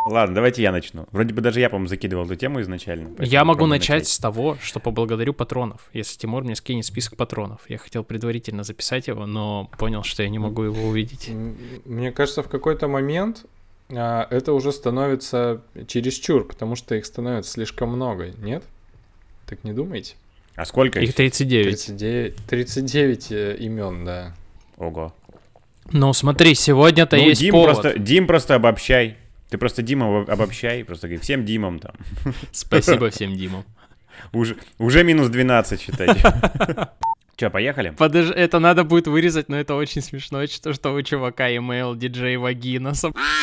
Ладно, давайте я начну. Вроде бы даже я, по-моему, закидывал эту тему изначально. Я могу начать с того, что поблагодарю патронов. Если Тимур мне скинет список патронов. Я хотел предварительно записать его, но понял, что я не могу его увидеть. Мне кажется, в какой-то момент это уже становится чересчур, потому что их становится слишком много, нет? Так не думаете? А сколько их? 39. 39 имен, да. Ого. Ну, смотри, сегодня-то есть повод. Дим, просто обобщай. Ты просто Дима обобщай, просто говори всем Димам там. Спасибо всем Димам. Уже минус 12, считайте. Че, поехали? Подожди, это надо будет вырезать, но это очень смешно, что у чувака email DJ Вагина.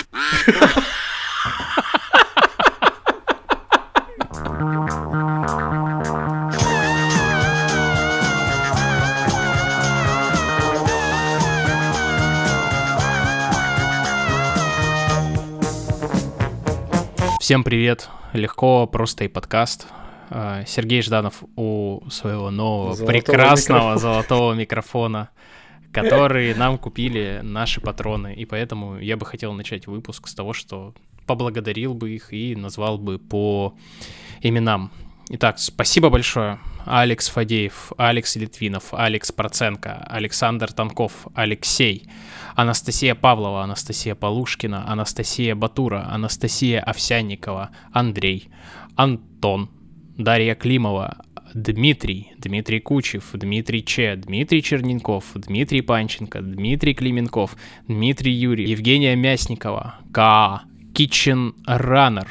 Всем привет, легко, просто и подкаст. Сергей Жданов у своего нового прекрасного золотого микрофона, который нам купили наши патроны. И поэтому я бы хотел начать выпуск с того, что поблагодарил бы их и назвал бы по именам. Итак, спасибо большое. Алекс Фадеев, Алекс Литвинов, Алекс Проценко, Александр Танков, Алексей, Анастасия Павлова, Анастасия Полушкина, Анастасия Батура, Анастасия Овсянникова, Андрей, Антон, Дарья Климова, Дмитрий Кучев, Дмитрий Че, Дмитрий Черненков, Дмитрий Панченко, Дмитрий Клименков, Дмитрий Юрий, Евгения Мясникова, Ка, Kitchen Runner,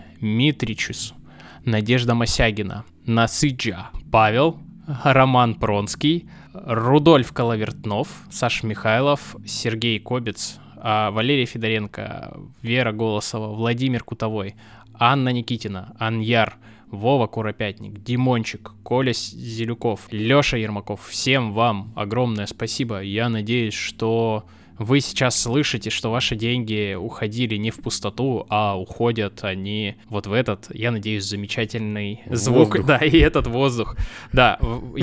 Митричус, Надежда Мосягина, Насыджа, Павел, Роман Пронский, Рудольф Коловертнов, Саша Михайлов, Сергей Кобец, Валерий Федоренко, Вера Голосова, Владимир Кутовой, Анна Никитина, Аньяр, Вова Куропятник, Димончик, Коля Зелюков, Лёша Ермаков. Всем вам огромное спасибо. Я надеюсь, что вы сейчас слышите, что ваши деньги уходили не в пустоту, а уходят они вот в этот, я надеюсь, замечательный звук. Воздух. Да, и этот воздух. Да,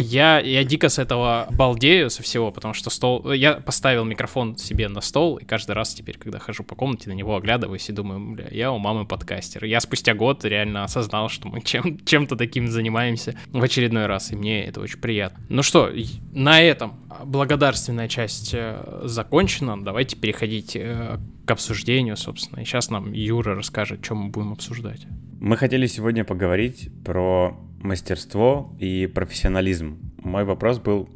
я дико с этого балдею со всего, потому что я поставил микрофон себе на стол, и каждый раз теперь, когда хожу по комнате, на него оглядываюсь и думаю, бля, я у мамы подкастер. Я спустя год реально осознал, что мы чем-то таким занимаемся в очередной раз, и мне это очень приятно. Ну что, на этом благодарственная часть закончена. Давайте переходить к обсуждению, собственно. И сейчас нам Юра расскажет, что мы будем обсуждать. Мы хотели сегодня поговорить про мастерство и профессионализм. Мой вопрос был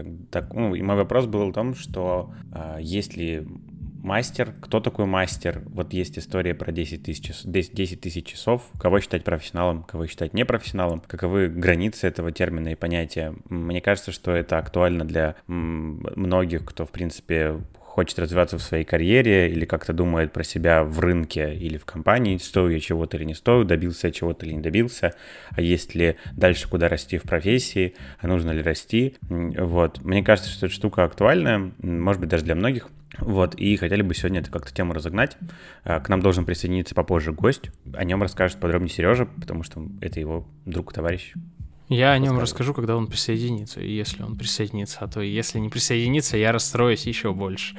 о том, что есть ли мастер, кто такой мастер? Вот есть история про 10 тысяч часов. Кого считать профессионалом, кого считать непрофессионалом? Каковы границы этого термина и понятия? Мне кажется, что это актуально для многих, кто, в принципе, хочет развиваться в своей карьере или как-то думает про себя в рынке или в компании, стою я чего-то или не стою, добился я чего-то или не добился, а есть ли дальше куда расти в профессии, а нужно ли расти. Вот. Мне кажется, что эта штука актуальная, может быть, даже для многих. Вот, и хотели бы сегодня эту как-то тему разогнать. К нам должен присоединиться попозже гость. О нем расскажет подробнее Сережа, потому что это его друг-товарищ. Я о нем расскажу, когда он присоединится, и если он присоединится, а то если не присоединится, я расстроюсь еще больше.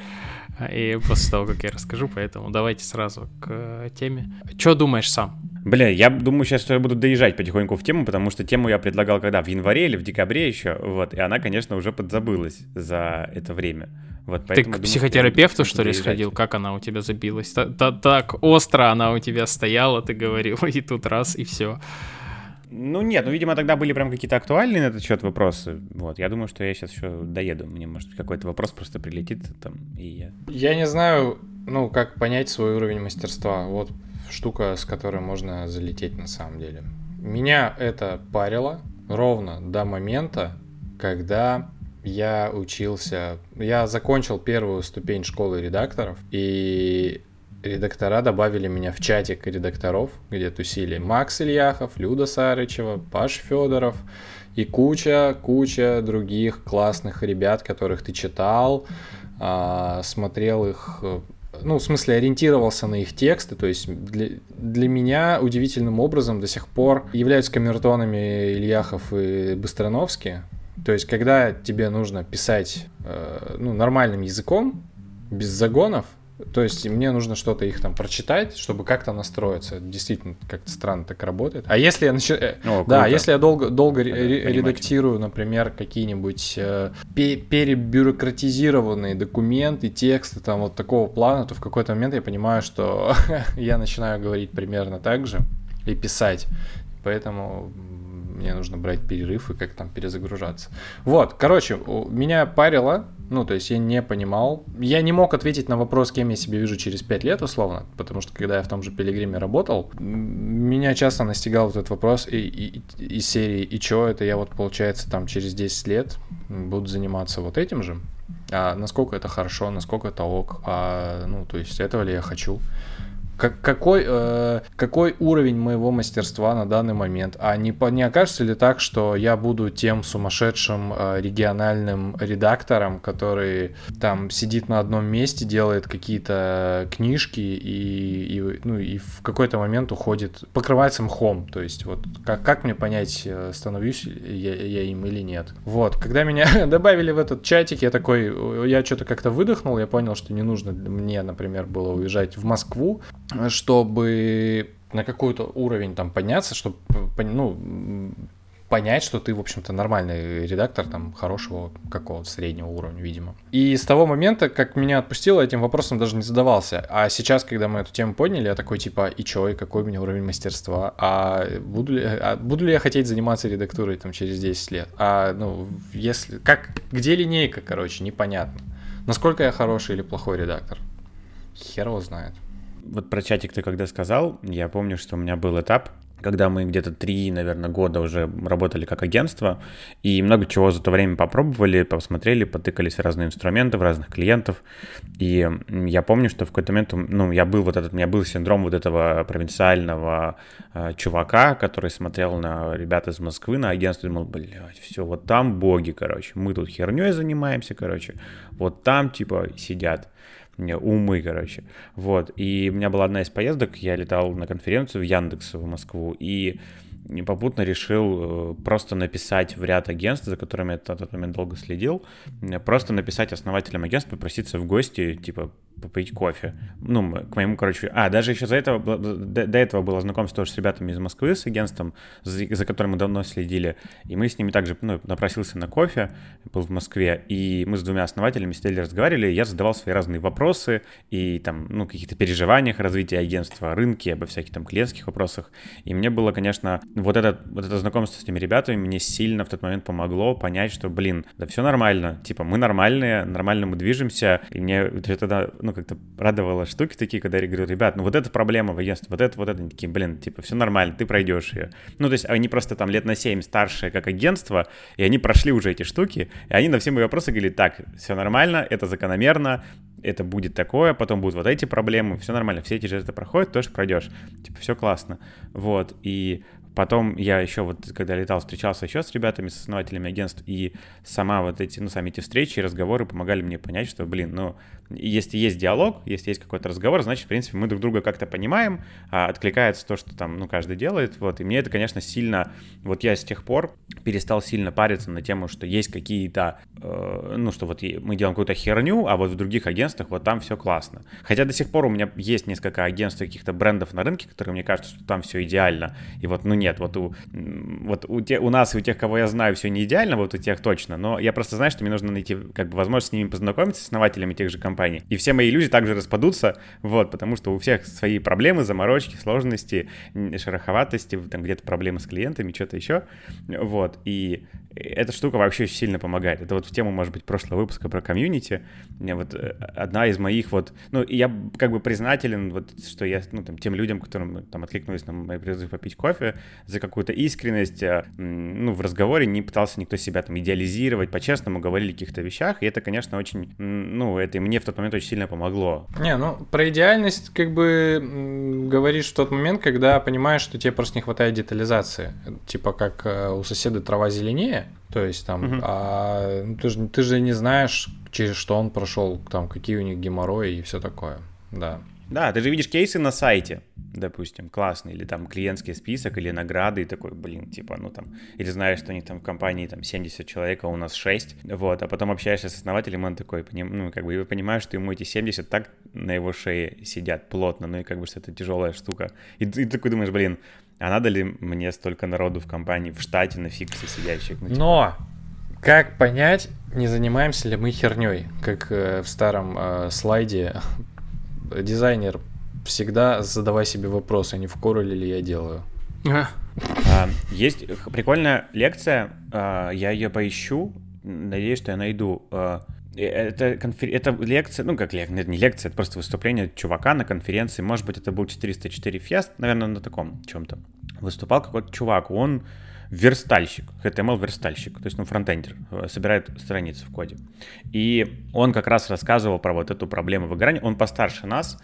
И после того, как я расскажу, поэтому давайте сразу к теме. Что думаешь сам? Бля, я думаю сейчас, что я буду доезжать потихоньку в тему, потому что тему я предлагал когда? В январе или в декабре еще, вот, и она, конечно, уже подзабылась за это время. Вот, ты к психотерапевту, что ли, сходил? Как она у тебя забилась? Так остро она у тебя стояла, ты говорил, и тут раз, и все. Ну нет, видимо, тогда были прям какие-то актуальные на этот счет вопросы. Вот, я думаю, что я сейчас еще доеду. Мне, может, какой-то вопрос просто прилетит там, и я... Я не знаю, как понять свой уровень мастерства. Вот штука, с которой можно залететь на самом деле. Меня это парило ровно до момента, когда я закончил первую ступень школы редакторов, и редактора добавили меня в чатик редакторов, где тусили Макс Ильяхов, Люда Сарычева, Паш Федоров и куча других классных ребят, которых ты читал, смотрел их, в смысле ориентировался на их тексты. То есть для меня удивительным образом до сих пор являются камертонами Ильяхов и Быстрановский. То есть когда тебе нужно писать нормальным языком, без загонов, То есть мне нужно что-то их там прочитать, чтобы как-то настроиться. Действительно, как-то странно так работает. А если я если я долго редактирую, например, какие-нибудь перебюрократизированные документы, тексты там вот такого плана, то в какой-то момент я понимаю, что я начинаю говорить примерно так же и писать. Поэтому мне нужно брать перерыв и как там перезагружаться. Вот, короче, меня парило, ну, то есть я не понимал. Я не мог ответить на вопрос, кем я себя вижу через 5 лет, условно, потому что когда я в том же Пилигриме работал, меня часто настигал вот этот вопрос из серии «И чё, это я вот, получается, там через 10 лет буду заниматься вот этим же?» А насколько это хорошо, насколько это ок, ну, то есть этого ли я хочу? Какой уровень моего мастерства на данный момент? А не окажется ли так, что я буду тем сумасшедшим региональным редактором, который там сидит на одном месте, делает какие-то книжки и в какой-то момент уходит, покрывается мхом? То есть вот как мне понять, становлюсь я им или нет? Вот, когда меня добавили в этот чатик, я что-то как-то выдохнул, я понял, что не нужно мне, например, было уезжать в Москву, чтобы на какой-то уровень там подняться, чтобы, понять, что ты, в общем-то, нормальный редактор, там, хорошего какого-то среднего уровня, видимо. И с того момента, как меня отпустило, этим вопросом даже не задавался. А сейчас, когда мы эту тему подняли, я такой, типа, и чё, и какой у меня уровень мастерства? Буду ли я хотеть заниматься редактурой там через 10 лет? Где линейка, короче, непонятно. Насколько я хороший или плохой редактор? Хер его знает. Вот про чатик ты когда сказал, я помню, что у меня был этап, когда мы где-то 3, наверное, года уже работали как агентство, и много чего за то время попробовали, посмотрели, потыкались в разные инструменты, в разных клиентов, и я помню, что в какой-то момент, у меня был синдром вот этого провинциального чувака, который смотрел на ребят из Москвы, на агентство, и думал, блядь, все, вот там боги, короче, мы тут херней занимаемся, короче, вот там, типа, сидят умы, короче. Вот. И у меня была одна из поездок, я летал на конференцию в Яндекс в Москву, и попутно решил просто написать в ряд агентств, за которыми я на тот момент долго следил, просто написать основателям агентства, попроситься в гости, типа, попить кофе. К моему, даже еще до этого было знакомство тоже с ребятами из Москвы, с агентством, за которым мы давно следили, и мы с ними также, напросился на кофе, был в Москве, и мы с 2 основателями сидели, разговаривали, и я задавал свои разные вопросы, и там, каких-то переживаниях развития агентства, рынке, обо всяких там клиентских вопросах, и мне было, конечно, вот это знакомство с этими ребятами мне сильно в тот момент помогло понять, что, да все нормально, типа, мы нормальные, нормально мы движемся, и мне тогда, как-то радовало штуки такие, когда я говорю, ребят, вот эта проблема в агентстве, вот это, они такие, типа, все нормально, ты пройдешь ее. То есть они просто там лет на 7 старше как агентство, и они прошли уже эти штуки, и они на все мои вопросы говорили, так, все нормально, это закономерно, это будет такое, потом будут вот эти проблемы, все нормально, все эти же это проходят, тоже пройдешь, типа, все классно. Вот, и потом я еще когда летал, встречался еще с ребятами, с основателями агентств, и сами эти встречи и разговоры помогали мне понять, что, если есть диалог, если есть какой-то разговор, значит, в принципе, мы друг друга как-то понимаем, откликается то, что там, каждый делает, и мне это, конечно, сильно, я с тех пор перестал сильно париться на тему, что есть какие-то, что мы делаем какую-то херню, а в других агентствах там все классно. Хотя до сих пор у меня есть несколько агентств, каких-то брендов на рынке, которые мне кажется, что там все идеально, и нет, у нас и у тех, кого я знаю, все не идеально, у тех точно, но я просто знаю, что мне нужно найти возможность с ними познакомиться, с основателями тех же компаний, и все мои иллюзии также распадутся, потому что у всех свои проблемы, заморочки, сложности, шероховатости, там где-то проблемы с клиентами, что-то еще, и эта штука вообще очень сильно помогает. Это в тему, может быть, прошлого выпуска про комьюнити, одна из моих я признателен, что я, тем людям, которым там откликнулись на мои призывы попить кофе, за какую-то искренность, в разговоре не пытался никто себя там идеализировать, по-честному говорили о каких-то вещах, и это, конечно, очень, это мне в тот момент очень сильно помогло. Про идеальность говоришь в тот момент, когда понимаешь, что тебе просто не хватает детализации, типа как у соседа трава зеленее, то есть там, ты же не знаешь, через что он прошел, там, какие у них геморрои и все такое, да. Да, ты же видишь кейсы на сайте, допустим, классный, или там клиентский список, или награды, и такой, блин, типа, ну там, или знаешь, что у них там в компании там 70 человек, а у нас 6, вот, а потом общаешься с основателем, он такой, ну, как бы, и понимаешь, что ему эти 70 так на его шее сидят плотно, ну, и как бы, что это тяжелая штука, и ты такой думаешь, блин, а надо ли мне столько народу в компании, в штате на фиксе сидящих? Ну, типа... Но как понять, не занимаемся ли мы херней, как в старом слайде дизайнер, всегда задавай себе вопрос, а не вкору ли я делаю. Есть прикольная лекция, я ее поищу, надеюсь, что я найду. Это лекция, ну как лекция, это не лекция, это просто выступление чувака на конференции, может быть, это был 404 Fest, наверное, на таком чем-то. Выступал какой-то чувак, он верстальщик, HTML-верстальщик, то есть, ну, фронтендер, собирает страницы в коде. И он как раз рассказывал про вот эту проблему выгорания, он постарше нас.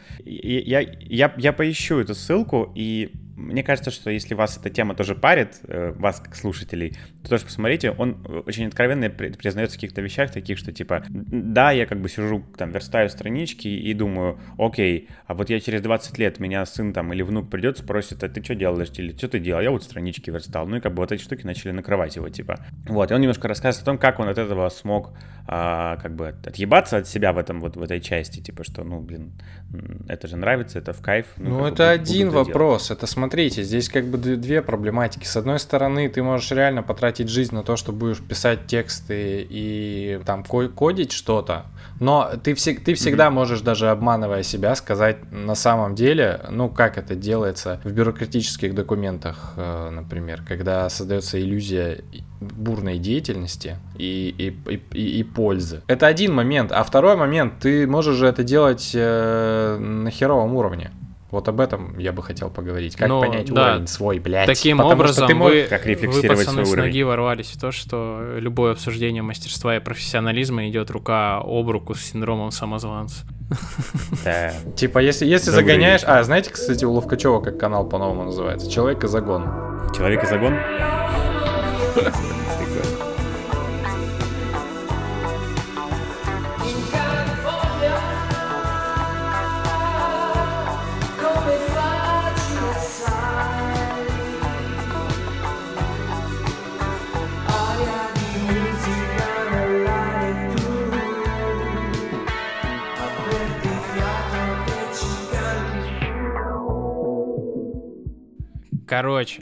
Я поищу эту ссылку, и мне кажется, что если вас эта тема тоже парит, вас как слушателей, то тоже посмотрите, он очень откровенно признается в каких-то вещах таких, что типа, да, я как бы сижу, там, верстаю странички и думаю, окей, а вот я через 20 лет, меня сын там или внук придет, спросит, а ты что делаешь, или что ты делал? Я вот странички верстал. Ну и как бы вот эти штуки начали накрывать его, типа. Вот, и он немножко рассказывает о том, как он от этого смог как бы отъебаться от себя в этой части, типа, что, ну, блин, это же нравится, это в кайф. Ну это один вопрос, это смотрите, здесь как бы две проблематики. С одной стороны, ты можешь реально потратить жизнь на то, что будешь писать тексты и там кодить что-то, но ты всегда можешь, даже обманывая себя, сказать на самом деле, ну как это делается в бюрократических документах, например, когда создается иллюзия бурной деятельности и пользы. Это один момент. А второй момент, ты можешь же это делать на херовом уровне. Вот об этом я бы хотел поговорить. Как понять уровень свой, блядь. Таким образом, вы, пацаны, с ноги ворвались в то, что любое обсуждение мастерства и профессионализма идет рука об руку с синдромом самозванца. Да. Типа, если загоняешь... А, знаете, кстати, у Ловкачева как канал по-новому называется? «Человек и загон». «Человек и загон»? Короче,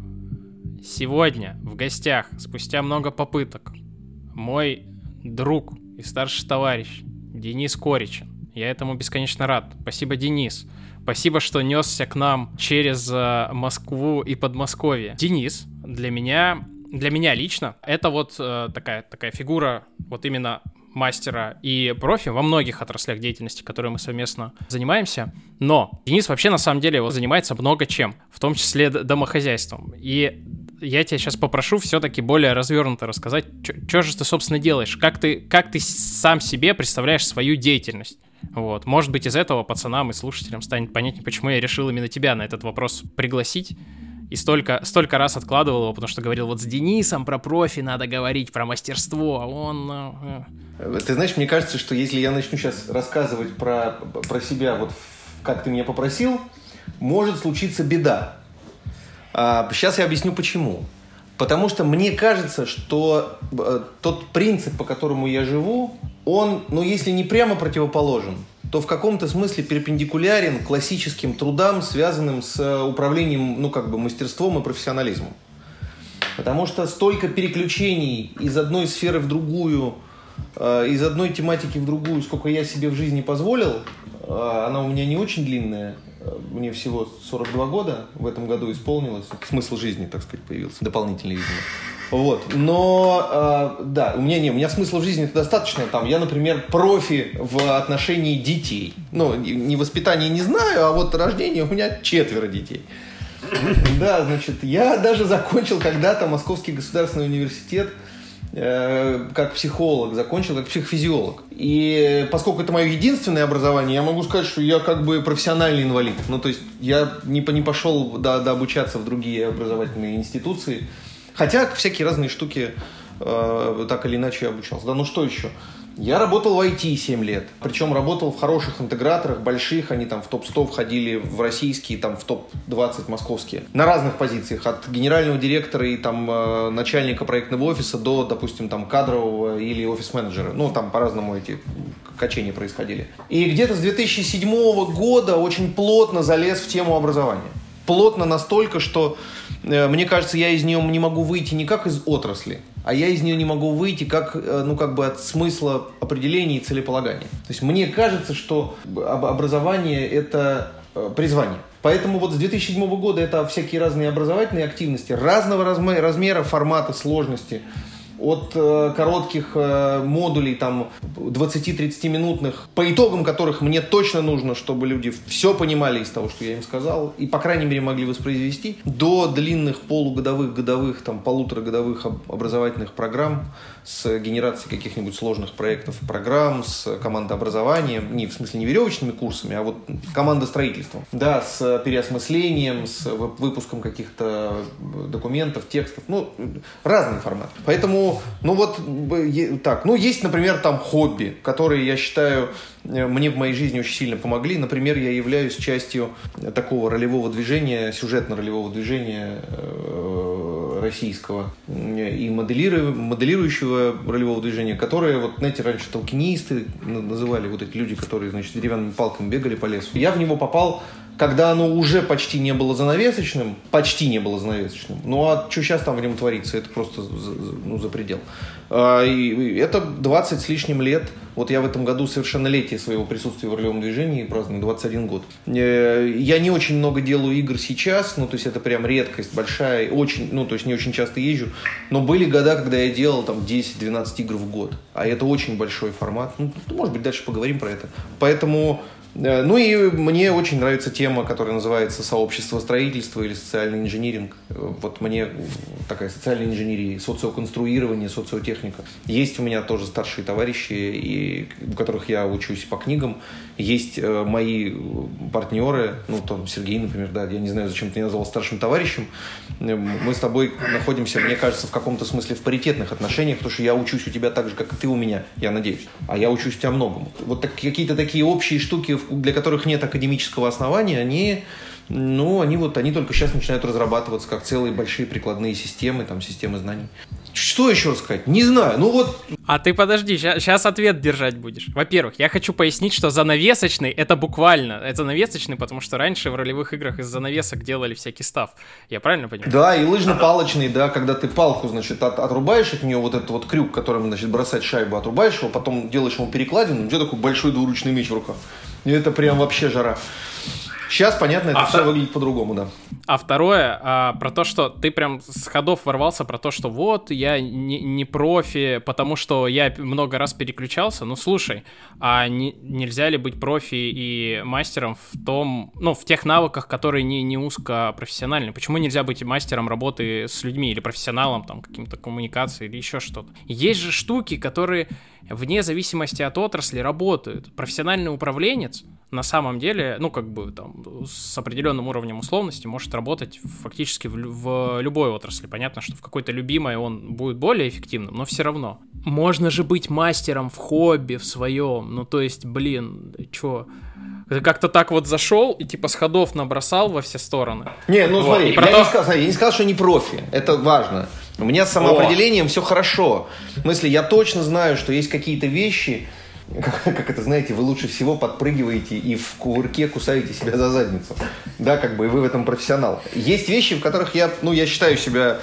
сегодня в гостях, спустя много попыток, мой друг и старший товарищ Денис Коричин. Я этому бесконечно рад. Спасибо, Денис. Спасибо, что несся к нам через Москву и Подмосковье. Денис для меня лично это вот такая фигура вот именно мастера и профи во многих отраслях деятельности, которые мы совместно занимаемся. Но Денис вообще на самом деле занимается много чем, в том числе домохозяйством. И я тебя сейчас попрошу все-таки более развернуто рассказать, что же ты, собственно, делаешь, как ты сам себе представляешь свою деятельность. Вот. Может быть, из этого пацанам и слушателям станет понятнее, почему я решил именно тебя на этот вопрос пригласить. И столько раз откладывал его, потому что говорил, вот с Денисом про профи надо говорить, про мастерство, а он... Ты знаешь, мне кажется, что если я начну сейчас рассказывать про себя, вот как ты меня попросил, может случиться беда. Сейчас я объясню почему. Потому что мне кажется, что тот принцип, по которому я живу, он, ну, если не прямо противоположен, то в каком-то смысле перпендикулярен классическим трудам, связанным с управлением, ну, как бы, мастерством и профессионализмом. Потому что столько переключений из одной сферы в другую, из одной тематики в другую, сколько я себе в жизни позволил, она у меня не очень длинная, мне всего 42 года в этом году исполнилось, смысл жизни, так сказать, появился, дополнительный, видимо. Вот, но, да, у меня смысла в жизни достаточно, там, я, например, профи в отношении детей, ну, не воспитание не знаю, а вот рождение у меня 4 детей. Да, значит, я даже закончил когда-то Московский государственный университет как психолог, закончил как психофизиолог. И поскольку это мое единственное образование, я могу сказать, что я как бы профессиональный инвалид. Ну, то есть я не пошел обучаться в другие образовательные институции. Хотя всякие разные штуки так или иначе обучался. Да, ну что еще? Я работал в IT 7 лет. Причем работал в хороших интеграторах, больших. Они там в топ-100 входили, в российские, там в топ-20 московские. На разных позициях. От генерального директора и там начальника проектного офиса до, допустим, там кадрового или офис-менеджера. Ну, там по-разному эти качения происходили. И где-то с 2007 года очень плотно залез в тему образования. Плотно настолько, что, мне кажется, я из нее не могу выйти не как из отрасли, а я из нее не могу выйти как, ну, как бы от смысла определения и целеполагания. То есть мне кажется, что образование – это призвание. Поэтому вот с 2007 года это всякие разные образовательные активности разного размера, формата, сложности. От коротких модулей, там, 20-30 минутных, по итогам которых мне точно нужно, чтобы люди все понимали из того, что я им сказал, и, по крайней мере, могли воспроизвести, до длинных полугодовых, годовых, там, полуторагодовых образовательных программ с генерацией каких-нибудь сложных проектов, программ, с командообразованием, в смысле не веревочными курсами, а вот командостроительством, да, с переосмыслением, с выпуском каких-то документов, текстов, ну, разные форматы. Поэтому, ну вот так, ну есть, например, там хобби, которые, я считаю, мне в моей жизни очень сильно помогли. Например, я являюсь частью такого ролевого движения, сюжетно-ролевого движения российского и моделирующего ролевого движения, которые, вот, знаете, раньше толкинисты называли, вот эти люди, которые, значит, деревянными палками бегали по лесу. Я в него попал, когда оно уже почти не было занавесочным, ну а что сейчас там в нем творится, это просто, ну, за предел. И это 20 с лишним лет. Вот я в этом году совершеннолетие своего присутствия в ролевом движении праздную, 21 год. Я не очень много делаю игр сейчас, ну, то есть это прям редкость большая, очень, ну, то есть не очень часто езжу, но были года, когда я делал там 10-12 игр в год, а это очень большой формат. Ну, может быть, дальше поговорим про это. Поэтому... Ну и мне очень нравится тема, которая называется сообщество строительства или социальный инжиниринг. Вот мне такая социальная инженерия, социоконструирование, социотехника. Есть у меня тоже старшие товарищи, и, у которых я учусь по книгам. Есть мои партнеры, ну там Сергей, например, да, я не знаю, зачем ты меня назвал старшим товарищем. Мы с тобой находимся, мне кажется, в каком-то смысле в паритетных отношениях, потому что я учусь у тебя так же, как и ты у меня, я надеюсь. А я учусь у тебя многому. Вот какие-то такие общие штуки, для которых нет академического основания, они только сейчас начинают разрабатываться как целые большие прикладные системы, там, системы знаний. Что еще рассказать? Не знаю, ну вот... А ты подожди, сейчас ответ держать будешь. Во-первых, я хочу пояснить, что занавесочный — это буквально. Это занавесочный, потому что раньше в ролевых играх из занавесок делали всякий став. Я правильно понимаю? Да, и лыжно-палочный, да, когда ты палку, значит, отрубаешь от нее вот этот вот крюк, которым, значит, бросать шайбу, отрубаешь его, потом делаешь ему перекладину, у тебя такой большой двуручный меч в руках. И это прям вообще жара. Сейчас, понятно, это все выглядит по-другому, да. А второе, про то, что ты прям с ходов ворвался, про то, что вот, я не профи, потому что я много раз переключался. Ну, слушай, а нельзя ли быть профи и мастером в том, ну, в тех навыках, которые не узкопрофессиональны? Почему нельзя быть мастером работы с людьми или профессионалом, там, каким-то коммуникацией или еще что-то? Есть же штуки, которые вне зависимости от отрасли работают. Профессиональный управленец на самом деле, ну, как бы, там, с определенным уровнем условности может работать фактически в любой отрасли. Понятно, что в какой-то любимой он будет более эффективным, но все равно. Можно же быть мастером в хобби, в своем. Ну, то есть, блин, чё? Ты как-то так вот зашел и типа с ходов набросал во все стороны. Не, ну вот. Смотри, я не сказал, что не профи. Это важно. У меня с самоопределением все хорошо. В смысле, я точно знаю, что есть какие-то вещи, как это, знаете, вы лучше всего подпрыгиваете и в кувырке кусаете себя за задницу. Да, как бы, и вы в этом профессионал. Есть вещи, в которых я считаю себя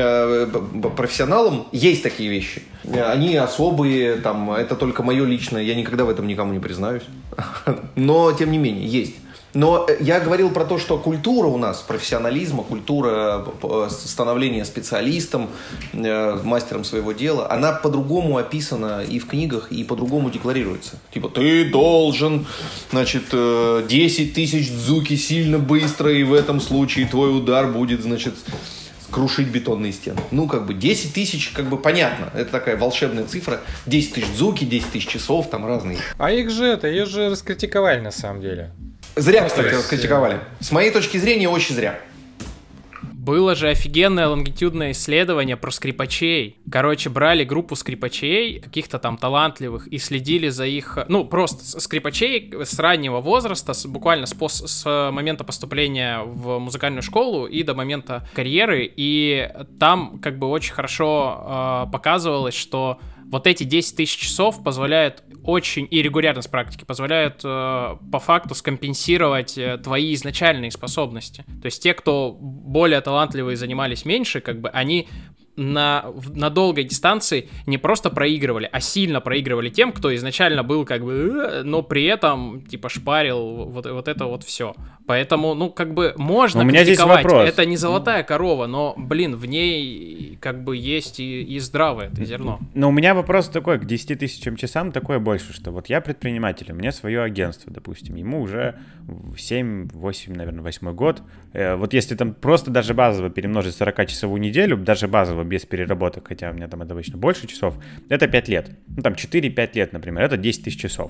профессионалом. Есть такие вещи. Они особые, там, это только мое личное. Я никогда в этом никому не признаюсь. Но, тем не менее, есть. Но я говорил про то, что культура у нас, профессионализма, культура становления специалистом, мастером своего дела, она по-другому описана и в книгах, и по-другому декларируется. Типа, ты должен, значит, 10 тысяч дзуки сильно быстро, и в этом случае твой удар будет, значит, крушить бетонные стены. Ну, как бы 10 тысяч, как бы понятно. Это такая волшебная цифра. 10 тысяч дзуки, 10 тысяч часов, там разные. А их же раскритиковали на самом деле. Зря, кстати, раскритиковали. С моей точки зрения, очень зря. Было же офигенное лонгитюдное исследование про скрипачей. Короче, брали группу скрипачей, каких-то там талантливых, и следили за их... Ну, просто скрипачей с раннего возраста, буквально с момента поступления в музыкальную школу и до момента карьеры. И там как бы очень хорошо показывалось, что вот эти 10 тысяч часов позволяют очень, и регулярность практики, позволяют по факту скомпенсировать твои изначальные способности. То есть те, кто более талантливые, занимались меньше, как бы они на долгой дистанции не просто проигрывали, а сильно проигрывали тем, кто изначально был как бы, но при этом типа шпарил вот это вот все. Поэтому, ну, как бы можно критиковать. Это не золотая корова, но, блин, в ней как бы есть и здравое это зерно. Но у меня вопрос такой, к 10 тысячам часам такое больше, что вот я предприниматель, у меня свое агентство, допустим, ему уже 7-8, наверное, 8 год. Вот если там просто даже базово перемножить 40-часовую неделю, даже базово без переработок, хотя у меня там это обычно больше часов, это 5 лет. Ну, там 4-5 лет, например, это 10 тысяч часов.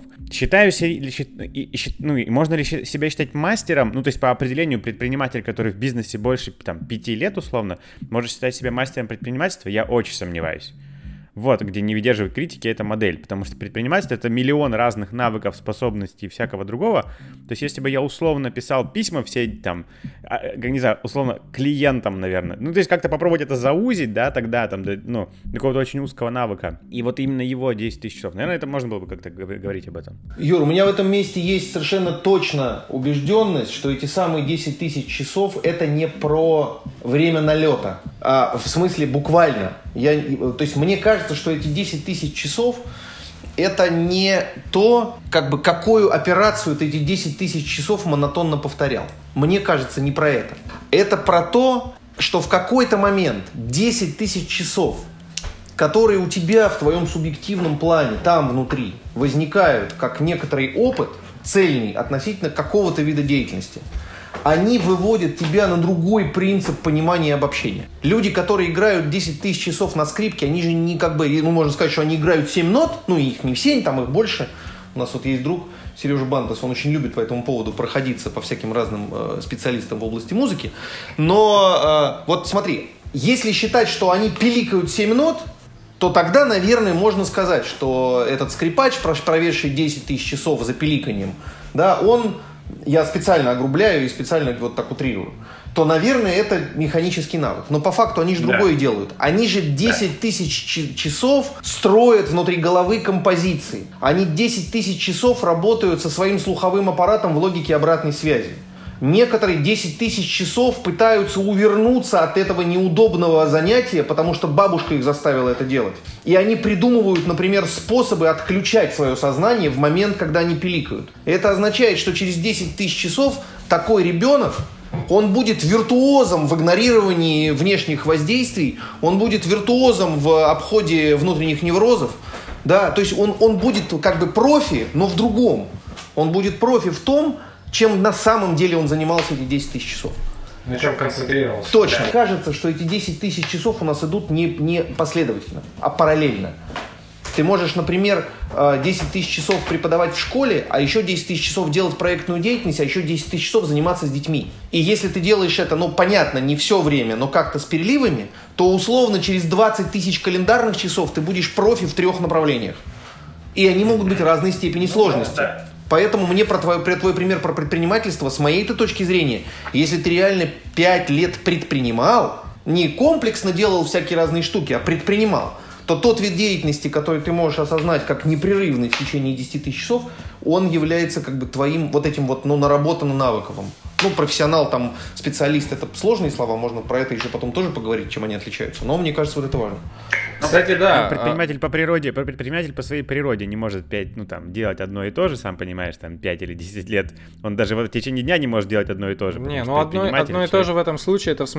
Ну, и можно ли себя считать мастером? Ну, то есть по определению предприниматель, который в бизнесе больше там 5 лет условно, может считать себя мастером предпринимательства? Я очень сомневаюсь. Вот, где не выдерживает критики, эта модель. Потому что предпринимательство — это миллион разных навыков, способностей и всякого другого. То есть если бы я условно писал письма все там, не знаю, условно клиентам, наверное, ну, то есть как-то попробовать это заузить, да, тогда там, ну, какого-то очень узкого навыка. И вот именно его 10 тысяч часов. Наверное, это можно было бы как-то говорить об этом. Юр, у меня в этом месте есть совершенно точно убежденность, что эти самые 10 тысяч часов — это не про время налета, а в смысле буквально. То есть мне кажется, что эти 10 тысяч часов — это не то, как бы, какую операцию ты эти 10 тысяч часов монотонно повторял. Мне кажется, не про это. Это про то, что в какой-то момент 10 тысяч часов, которые у тебя в твоем субъективном плане, там внутри, возникают как некоторый опыт, цельный относительно какого-то вида деятельности, они выводят тебя на другой принцип понимания и обобщения. Люди, которые играют 10 тысяч часов на скрипке, они же не как бы, ну, можно сказать, что они играют 7 нот, ну, их не 7, там их больше. У нас вот есть друг Сережа Бантос, он очень любит по этому поводу проходиться по всяким разным специалистам в области музыки. Но вот смотри, если считать, что они пиликают 7 нот, то тогда, наверное, можно сказать, что этот скрипач, проведший 10 тысяч часов за пиликанием, да, он... Я специально огрубляю и специально вот так утрирую, то, наверное, это механический навык. Но по факту они же другое делают. Они же 10 тысяч часов строят внутри головы композиции. Они 10 тысяч часов работают со своим слуховым аппаратом в логике обратной связи. Некоторые 10 тысяч часов пытаются увернуться от этого неудобного занятия, потому что бабушка их заставила это делать. И они придумывают, например, способы отключать свое сознание в момент, когда они пиликают. Это означает, что через 10 тысяч часов такой ребенок, он будет виртуозом в игнорировании внешних воздействий, он будет виртуозом в обходе внутренних неврозов. Да? То есть он будет как бы профи, но в другом. Он будет профи в том, чем на самом деле он занимался эти 10 тысяч часов. На чем концентрировался. Точно. Да. Кажется, что эти 10 тысяч часов у нас идут не последовательно, а параллельно. Ты можешь, например, 10 тысяч часов преподавать в школе, а еще 10 тысяч часов делать проектную деятельность, а еще 10 тысяч часов заниматься с детьми. И если ты делаешь это, ну, понятно, не все время, но как-то с переливами, то условно через 20 тысяч календарных часов ты будешь профи в 3 направлениях. И они могут быть разной степени сложности. Поэтому мне про твой пример про предпринимательство, с моей-то точки зрения, если ты реально 5 лет предпринимал, не комплексно делал всякие разные штуки, а предпринимал, то тот вид деятельности, который ты можешь осознать как непрерывный в течение 10 тысяч часов, он является как бы твоим вот этим вот, ну, наработанным навыковым. Ну, профессионал, там, специалист, это сложные слова, можно про это еще потом тоже поговорить, чем они отличаются. Но мне кажется, вот это важно. Кстати, да. Предприниматель предприниматель по своей природе не может делать одно и то же, сам понимаешь, там, 5 или 10 лет. Он даже в течение дня не может делать одно и то же. Не, ну одно и то же в этом случае, это в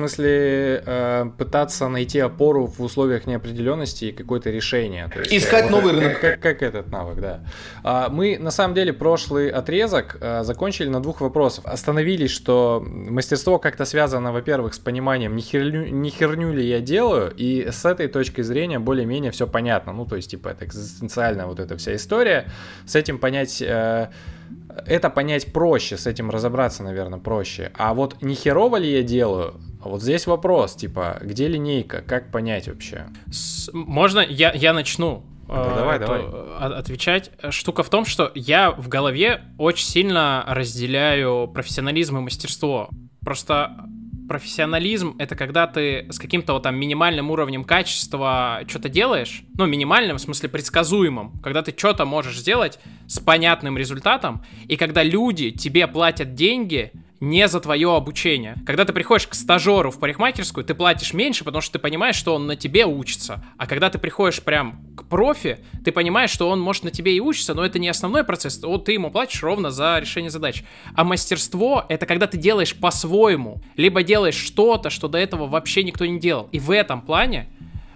смысле пытаться найти опору в условиях неопределенности и какое-то решение. То есть, искать новый рынок. Как этот навык, да. Мы, на самом деле, прошлый отрезок закончили на 2 вопросах. Остановились, что мастерство как-то связано, во-первых, с пониманием, не херню ли я делаю, и с этой точки зрения более-менее все понятно. Ну, то есть, типа, это экзистенциальная вот эта вся история. С этим понять... Это понять проще, с этим разобраться, наверное, проще. А вот не херово ли я делаю, А вот здесь вопрос, типа, где линейка, как понять вообще? Можно я начну? Давай. Отвечать. Штука в том, что я в голове очень сильно разделяю профессионализм и мастерство. Просто профессионализм — это когда ты с каким-то вот там минимальным уровнем качества что-то делаешь, ну, минимальным, в смысле предсказуемым, когда ты что-то можешь сделать с понятным результатом, и когда люди тебе платят деньги не за твое обучение. Когда ты приходишь к стажеру в парикмахерскую, ты платишь меньше, потому что ты понимаешь, что он на тебе учится. А когда ты приходишь прям к профи, ты понимаешь, что он может на тебе и учиться, но это не основной процесс. Вот ты ему платишь ровно за решение задач. А мастерство — это когда ты делаешь по-своему, либо делаешь что-то, что до этого вообще никто не делал. И в этом плане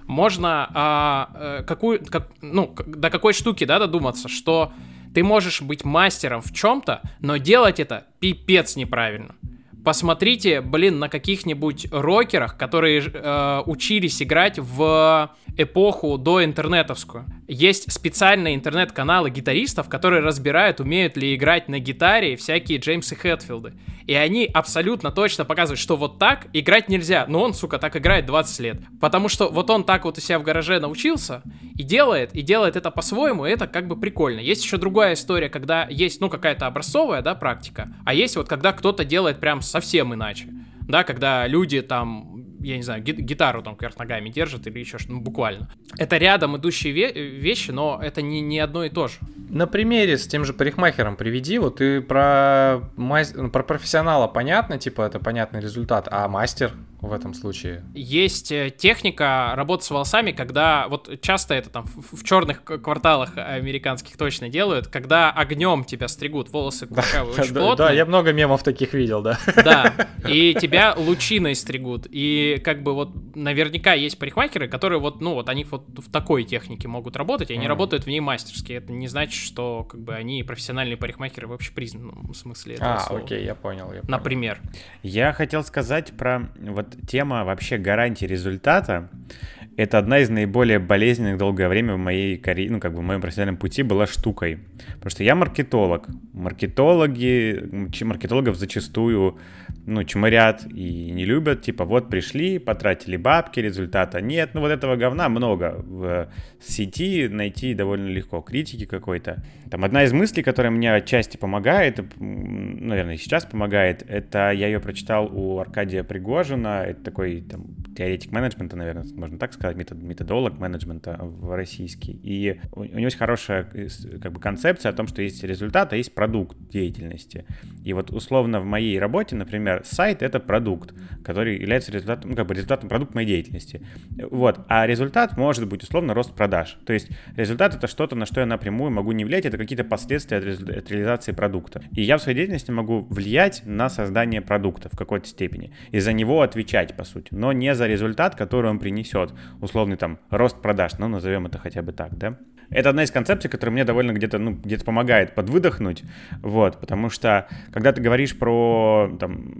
можно до какой штуки, да, додуматься, что ты можешь быть мастером в чем-то, но делать это пипец неправильно. Посмотрите, на каких-нибудь рокерах, которые учились играть в эпоху доинтернетовскую. Есть специальные интернет-каналы гитаристов, которые разбирают, умеют ли играть на гитаре всякие Джеймсы Хэтфилды. И они абсолютно точно показывают, что вот так играть нельзя. Но он, сука, так играет 20 лет. Потому что вот он так вот у себя в гараже научился и делает это по-своему, и это как бы прикольно. Есть еще другая история, когда есть, какая-то образцовая, да, практика, а есть вот когда кто-то делает прям совсем иначе. Да, когда люди там, я не знаю, гитару там кверх ногами держат или еще что-то, буквально. Это рядом идущие вещи, но это не одно и то же. На примере с тем же парикмахером приведи, вот ты про профессионала понятно, типа это понятный результат, а мастер в этом случае? Есть техника работы с волосами, когда, вот часто это там в черных кварталах американских точно делают, когда огнем тебя стригут, волосы курчавые, очень плотные. Да, я много мемов таких видел, да. Да, и тебя лучиной стригут, и как бы вот наверняка есть парикмахеры, которые они вот в такой технике могут работать, и они работают в ней мастерски. Это не значит, что как бы они профессиональные парикмахеры в общепризнанном смысле этого слова. Окей, я понял. Например. Я хотел сказать про тема вообще гарантии результата. Это одна из наиболее болезненных долгое время в моей карьере, в моем профессиональном пути была штукой. Потому что я маркетолог. Маркетологов зачастую, чморят и не любят. Типа, вот пришли, потратили бабки, результата нет. Вот этого говна много в сети найти довольно легко. Критики какой-то. Там одна из мыслей, которая мне отчасти помогает, наверное, сейчас помогает, это я ее прочитал у Аркадия Пригожина. Это такой теоретик менеджмента, наверное, можно так сказать, методолог менеджмента российский. И у него есть хорошая концепция о том, что есть результат, а есть продукт деятельности. И вот условно в моей работе, например, сайт — это продукт, который является результатом, результатом продукта моей деятельности. Вот. А результат может быть условно рост продаж. То есть результат — это что-то, на что я напрямую могу не влиять, это какие-то последствия от реализации продукта. И я в своей деятельности могу влиять на создание продукта в какой-то степени и за него отвечать, по сути, но не за результат, который он принесет. Условный рост продаж, назовем это хотя бы так, да? Это одна из концепций, которая мне довольно где-то помогает подвыдохнуть, потому что когда ты говоришь про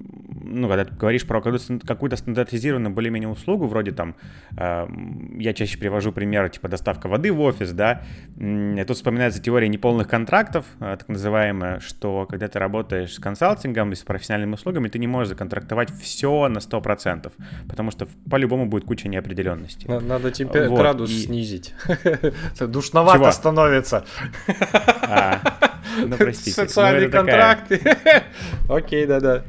какую-то стандартизированную более-менее услугу, вроде я чаще привожу пример, доставка воды в офис, да, тут вспоминается теория неполных контрактов, так называемая, что когда ты работаешь с консалтингом и с профессиональными услугами, ты не можешь законтрактовать все на 100%, потому что по-любому будет куча неопределенности. Надо градус снизить. Душновато становится. Простите. Социальные контракты. Окей, да-да.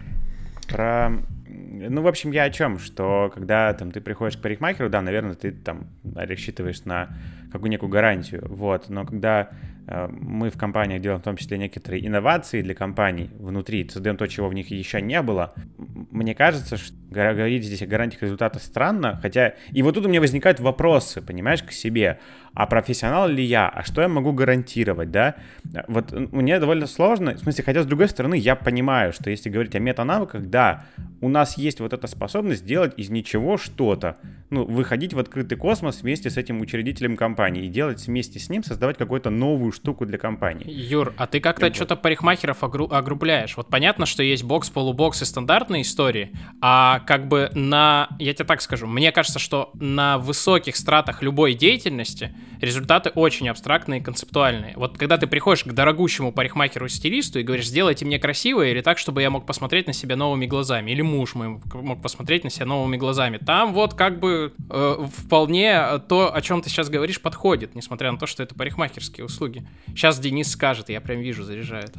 В общем, я о чем? Что когда ты приходишь к парикмахеру, да, наверное, ты рассчитываешь на какую некую гарантию, но когда мы в компаниях делаем в том числе некоторые инновации для компаний внутри, создаем то, чего в них еще не было, мне кажется, что говорить здесь о гарантиях результата странно, хотя... И вот тут у меня возникают вопросы, понимаешь, к себе. А профессионал ли я? А что я могу гарантировать, да? Вот мне довольно сложно, в смысле, хотя с другой стороны, я понимаю, что если говорить о метанавыках, да, у нас есть вот эта способность делать из ничего что-то, выходить в открытый космос вместе с этим учредителем компании и делать вместе с ним, создавать какую-то новую штуку для компании. Юр, а ты как-то что-то парикмахеров огрубляешь. Вот понятно, что есть бокс, полубокс и стандартные истории, а как бы я тебе так скажу, мне кажется, что на высоких стратах любой деятельности результаты очень абстрактные и концептуальные. Вот когда ты приходишь к дорогущему парикмахеру-стилисту и говоришь, сделайте мне красиво или так, чтобы я мог посмотреть на себя новыми глазами, или муж мой мог посмотреть на себя новыми глазами, там вот как бы вполне то, о чем ты сейчас говоришь, подходит, несмотря на то, что это парикмахерские услуги. Сейчас Денис скажет, я прям вижу, заряжает.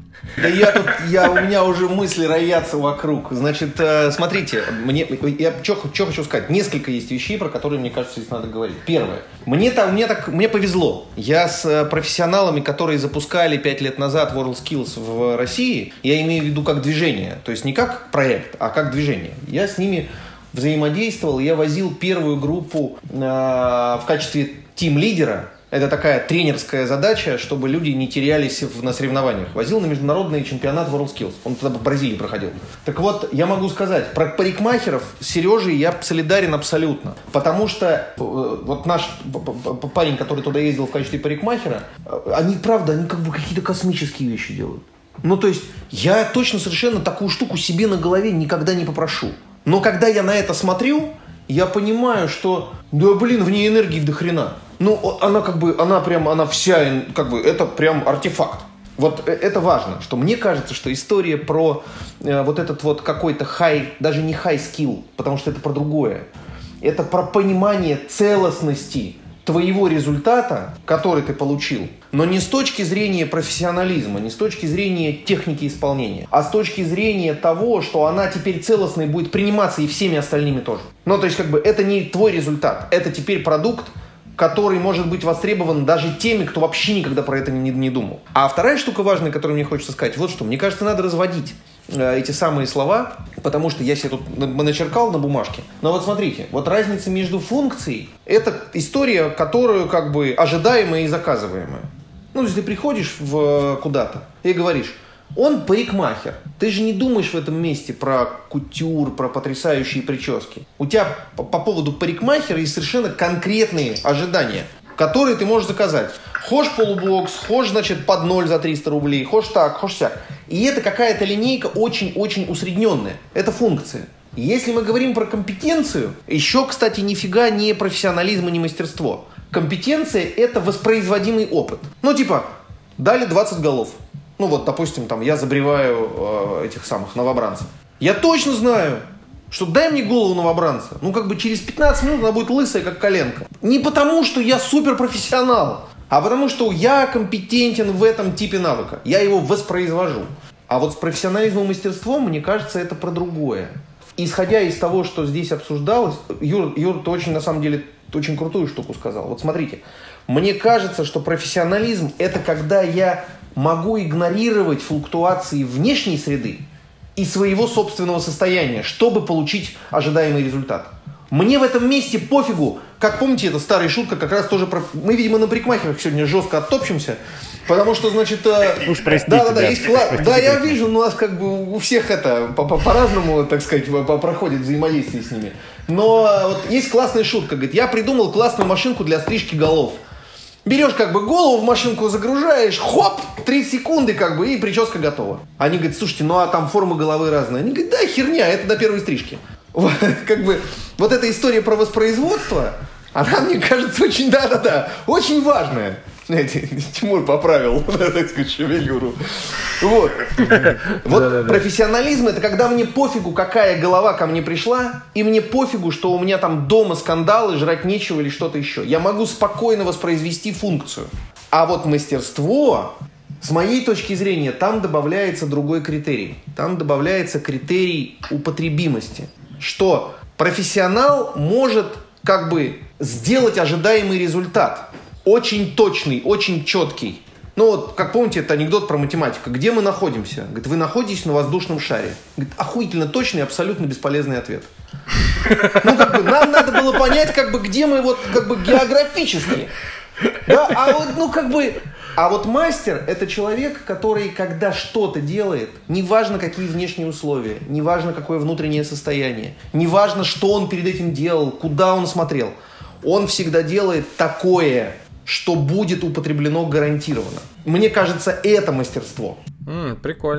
Да у меня уже мысли роятся вокруг. Значит, смотрите, я что хочу сказать. Несколько есть вещей, про которые, мне кажется, здесь надо говорить. Первое. Мне повезло. Я с профессионалами, которые запускали 5 лет назад WorldSkills в России, я имею в виду как движение. То есть не как проект, а как движение. Я с ними взаимодействовал. Я возил первую группу в качестве тим-лидера. Это такая тренерская задача, чтобы люди не терялись на соревнованиях. Возил на международный чемпионат WorldSkills. Он тогда в Бразилии проходил. Так вот, я могу сказать, про парикмахеров с Сережей я солидарен абсолютно. Потому что вот наш парень, который туда ездил в качестве парикмахера, они как бы какие-то космические вещи делают. Ну, то есть, я точно совершенно такую штуку себе на голове никогда не попрошу. Но когда я на это смотрю, я понимаю, что, в ней энергии до хрена. Ну, она вся, как бы, это прям артефакт. Вот это важно, что мне кажется, что история про вот этот вот какой-то даже не high skill, потому что это про другое. Это про понимание целостности твоего результата, который ты получил, но не с точки зрения профессионализма, не с точки зрения техники исполнения, а с точки зрения того, что она теперь целостной будет приниматься и всеми остальными тоже. Ну, то есть, как бы, это не твой результат, это теперь продукт, который может быть востребован даже теми, кто вообще никогда про это не думал. А вторая штука важная, которую мне хочется сказать, вот что. Мне кажется, надо разводить эти самые слова, потому что я себе тут начеркал на бумажке. Но вот смотрите, вот разница между функцией – это история, которую как бы ожидаемая и заказываемая. Ну, если ты приходишь куда-то и говоришь, он парикмахер. Ты же не думаешь в этом месте про кутюр, про потрясающие прически. У тебя по поводу парикмахера есть совершенно конкретные ожидания, которые ты можешь заказать. Хошь полубокс, хошь, значит, под 0 за 300 рублей, хошь так, хошь сяк. И это какая-то линейка очень-очень усредненная. Это функция. Если мы говорим про компетенцию, еще, кстати, нифига не профессионализм и не мастерство. Компетенция – это воспроизводимый опыт. Ну, типа, дали 20 голов. Ну вот, допустим, там я забреваю этих самых новобранцев. Я точно знаю, что дай мне голову новобранца. Ну как бы через 15 минут она будет лысая, как коленка. Не потому, что я суперпрофессионал, а потому, что я компетентен в этом типе навыка. Я его воспроизвожу. А вот с профессионализмом и мастерством, мне кажется, это про другое. Исходя из того, что здесь обсуждалось, Юр, ты очень, на самом деле, очень крутую штуку сказал. Вот смотрите, мне кажется, что профессионализм – это когда я могу игнорировать флуктуации внешней среды и своего собственного состояния, чтобы получить ожидаемый результат. Мне в этом месте пофигу. Как помните, это старая шутка, как раз тоже про... Мы, видимо, на парикмахерах сегодня жестко оттопчемся, потому что, значит... Уж простите, да, я вижу, у нас как бы у всех это по-разному, так сказать, проходит взаимодействие с ними. Но вот есть классная шутка, говорит, я придумал классную машинку для стрижки голов. Берешь как бы голову в машинку, загружаешь, хоп, 3 секунды как бы, и прическа готова. Они говорят, слушайте, ну а там форма головы разная. Они говорят, да, херня, это до первой стрижки. Вот, как бы, вот эта история про воспроизводство, она, мне кажется, очень, очень важная. Тимур поправил, так сказать, шевелюру. Вот. Профессионализм – это когда мне пофигу, какая голова ко мне пришла, и мне пофигу, что у меня там дома скандалы, жрать нечего или что-то еще. Я могу спокойно воспроизвести функцию. А вот мастерство, с моей точки зрения, там добавляется другой критерий. Там добавляется критерий употребимости. Что профессионал может как бы сделать ожидаемый результат. Очень точный, очень четкий. Ну вот, как помните, это анекдот про математику. Где мы находимся? Говорит, вы находитесь на воздушном шаре. Говорит, охуительно точный, абсолютно бесполезный ответ. Ну, как бы, нам надо было понять, как бы, где мы вот, как бы, географически. Да, а вот, ну, как бы... А вот мастер – это человек, который, когда что-то делает, неважно, какие внешние условия, неважно, какое внутреннее состояние, неважно, что он перед этим делал, куда он смотрел, он всегда делает такое, что будет употреблено гарантированно. Мне кажется, это мастерство. Прикольно.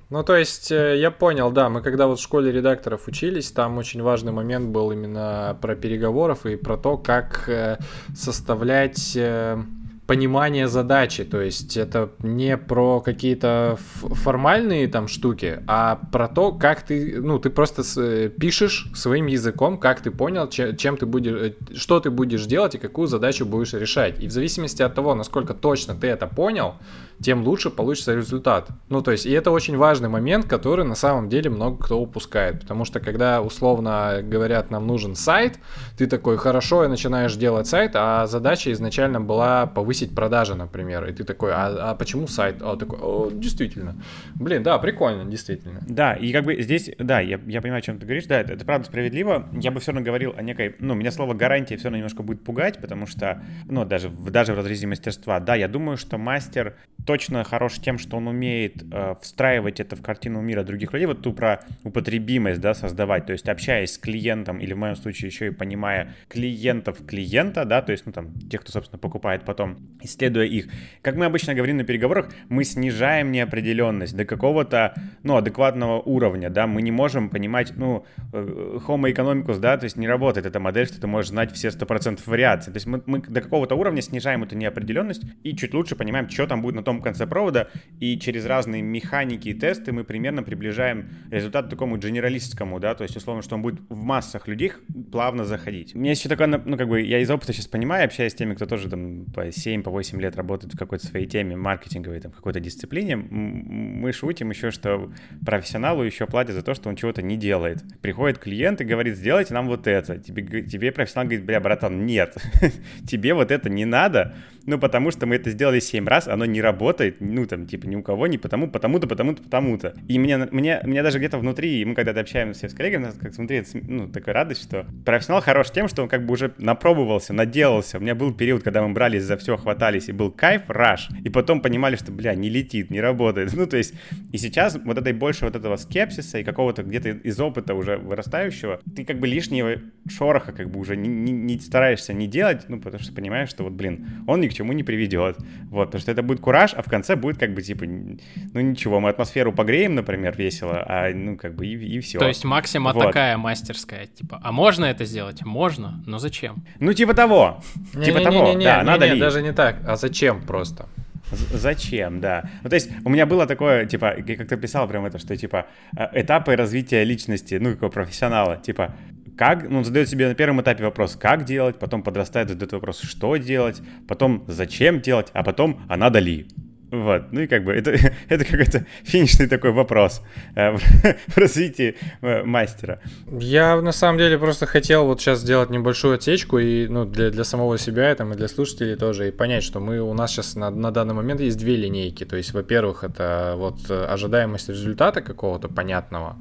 Ну, то есть, я понял, да, мы когда вот в школе редакторов учились, там очень важный момент был именно про переговоров и про то, как составлять понимание задачи, то есть это не про какие-то формальные там штуки, а про то, как ты, ну, ты просто пишешь своим языком, как ты понял, чем ты будешь, что ты будешь делать и какую задачу будешь решать. И в зависимости от того, насколько точно ты это понял, тем лучше получится результат. Ну, то есть, и это очень важный момент, который на самом деле много кто упускает, потому что когда условно говорят, нам нужен сайт, ты такой, хорошо, и начинаешь делать сайт, а задача изначально была повысить продажи, например, и ты такой, а почему сайт? А такой, действительно. Блин, да, прикольно, действительно. Да, и как бы здесь, да, я понимаю, о чем ты говоришь, да, это правда справедливо. Я бы все равно говорил о некой, ну, меня слово гарантия все равно немножко будет пугать, потому что, ну, даже в разрезе мастерства, да, я думаю, что мастер точно хорош тем, что он умеет встраивать это в картину мира других людей, вот ту про употребимость, да, создавать, то есть общаясь с клиентом, или в моем случае еще и понимая клиентов клиента, да, то есть, ну, там, тех, кто, собственно, покупает потом, исследуя их. Как мы обычно говорим на переговорах, мы снижаем неопределенность до какого-то, ну, адекватного уровня, да, мы не можем понимать, ну, homo economicus, да, то есть не работает эта модель, что ты можешь знать все 100% вариаций, то есть мы до какого-то уровня снижаем эту неопределенность и чуть лучше понимаем, что там будет на том конце провода, и через разные механики и тесты мы примерно приближаем результат к такому генералистскому, да, то есть условно, что он будет в массах людей плавно заходить. У меня еще такое, ну, как бы, я из опыта сейчас понимаю, общаясь с теми, кто тоже там по 7-8 лет работает в какой-то своей теме маркетинговой, там, в какой-то дисциплине, мы шутим еще, что профессионалу еще платят за то, что он чего-то не делает. Приходит клиент и говорит, сделайте нам вот это. Тебе профессионал говорит, бля, братан, нет, тебе вот это не надо, ну, потому что мы это сделали 7 раз, оно не работает, ну, там, типа, ни у кого, не потому-то. И мне даже где-то внутри, мы когда-то общаемся с коллегами, как внутри, ну, такая радость, что профессионал хорош тем, что он как бы уже напробовался, наделался. У меня был период, когда мы брались за все, хватались, и был кайф, раш, и потом понимали, что, бля, не летит, не работает. Ну, то есть, и сейчас вот этой больше вот этого скепсиса и какого-то где-то из опыта уже вырастающего, ты как бы лишнего шороха как бы уже не стараешься не делать, ну, потому что понимаешь, что вот, блин, он ни к чему не приведет. Вот, потому что это будет кураж, а в конце будет как бы типа, ну ничего, мы атмосферу погреем, например, весело, а ну как бы и все. То есть максима вот. Такая мастерская, типа, а можно это сделать? Можно, но зачем? Ну типа того, да, надо ли? Даже не так, а зачем просто? Зачем, да. Ну, то есть у меня было такое, типа, я как-то писал прям это, что, типа, этапы развития личности, ну, какого профессионала, типа, как, ну, он задает себе на первом этапе вопрос, как делать, потом подрастает, задает вопрос, что делать, потом зачем делать, а потом, а надо ли. Вот, ну и как бы это какой-то финишный такой вопрос в развитии мастера. Я на самом деле просто хотел вот сейчас сделать небольшую отсечку и, ну, для самого себя там, и для слушателей тоже, и понять, что у нас сейчас на данный момент есть две линейки. То есть, во-первых, это вот ожидаемость результата какого-то понятного,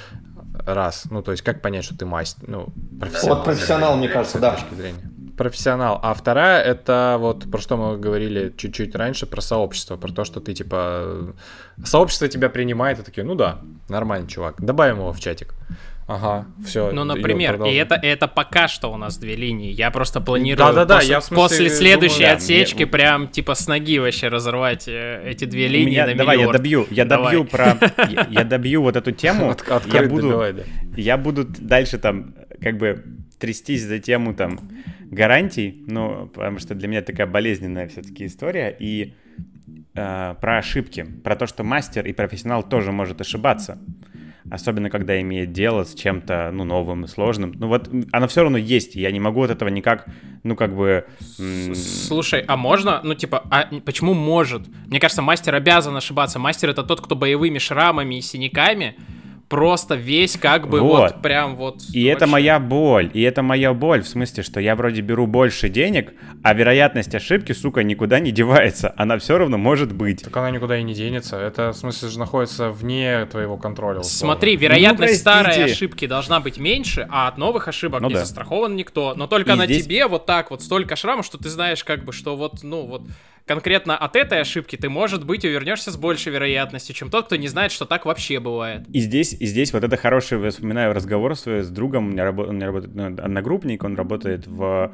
раз, ну то есть как понять, что ты мастер, ну, профессионал. Вот профессионал, мне кажется, да. С точки зрения. Профессионал. А вторая, это вот про что мы говорили чуть-чуть раньше, про сообщество, про то, что ты типа сообщество тебя принимает, и такие, ну да, нормальный чувак, добавим его в чатик. Ага, все. Ну, например, и это пока что у нас две линии. Я просто планирую после следующей отсечки прям типа с ноги вообще разорвать эти две линии на давай, миллиард. Я добью вот эту тему. Я буду дальше там как бы трястись за тему там гарантий, ну, потому что для меня такая болезненная все-таки история, и про ошибки, про то, что мастер и профессионал тоже может ошибаться, особенно когда имеет дело с чем-то, ну, новым и сложным. Ну, вот оно все равно есть, и я не могу от этого никак, ну, как бы... Слушай, а можно, ну, типа, а почему может? Мне кажется, мастер обязан ошибаться. Мастер — это тот, кто боевыми шрамами и синяками просто весь как бы вот прям вот... И вообще... это моя боль, в смысле, что я вроде беру больше денег, а вероятность ошибки, сука, никуда не девается, она все равно может быть. Так она никуда и не денется, это, в смысле, же находится вне твоего контроля. Смотри, вероятность старой ошибки должна быть меньше, а от новых ошибок не застрахован никто, но только и на здесь... тебе вот так вот столько шрамов, что ты знаешь как бы, что вот, ну вот... Конкретно от этой ошибки ты, может быть, увернешься с большей вероятностью, чем тот, кто не знает, что так вообще бывает. И здесь вот это хороший, я вспоминаю разговор свой с другом, у меня работает одногруппник, он работает в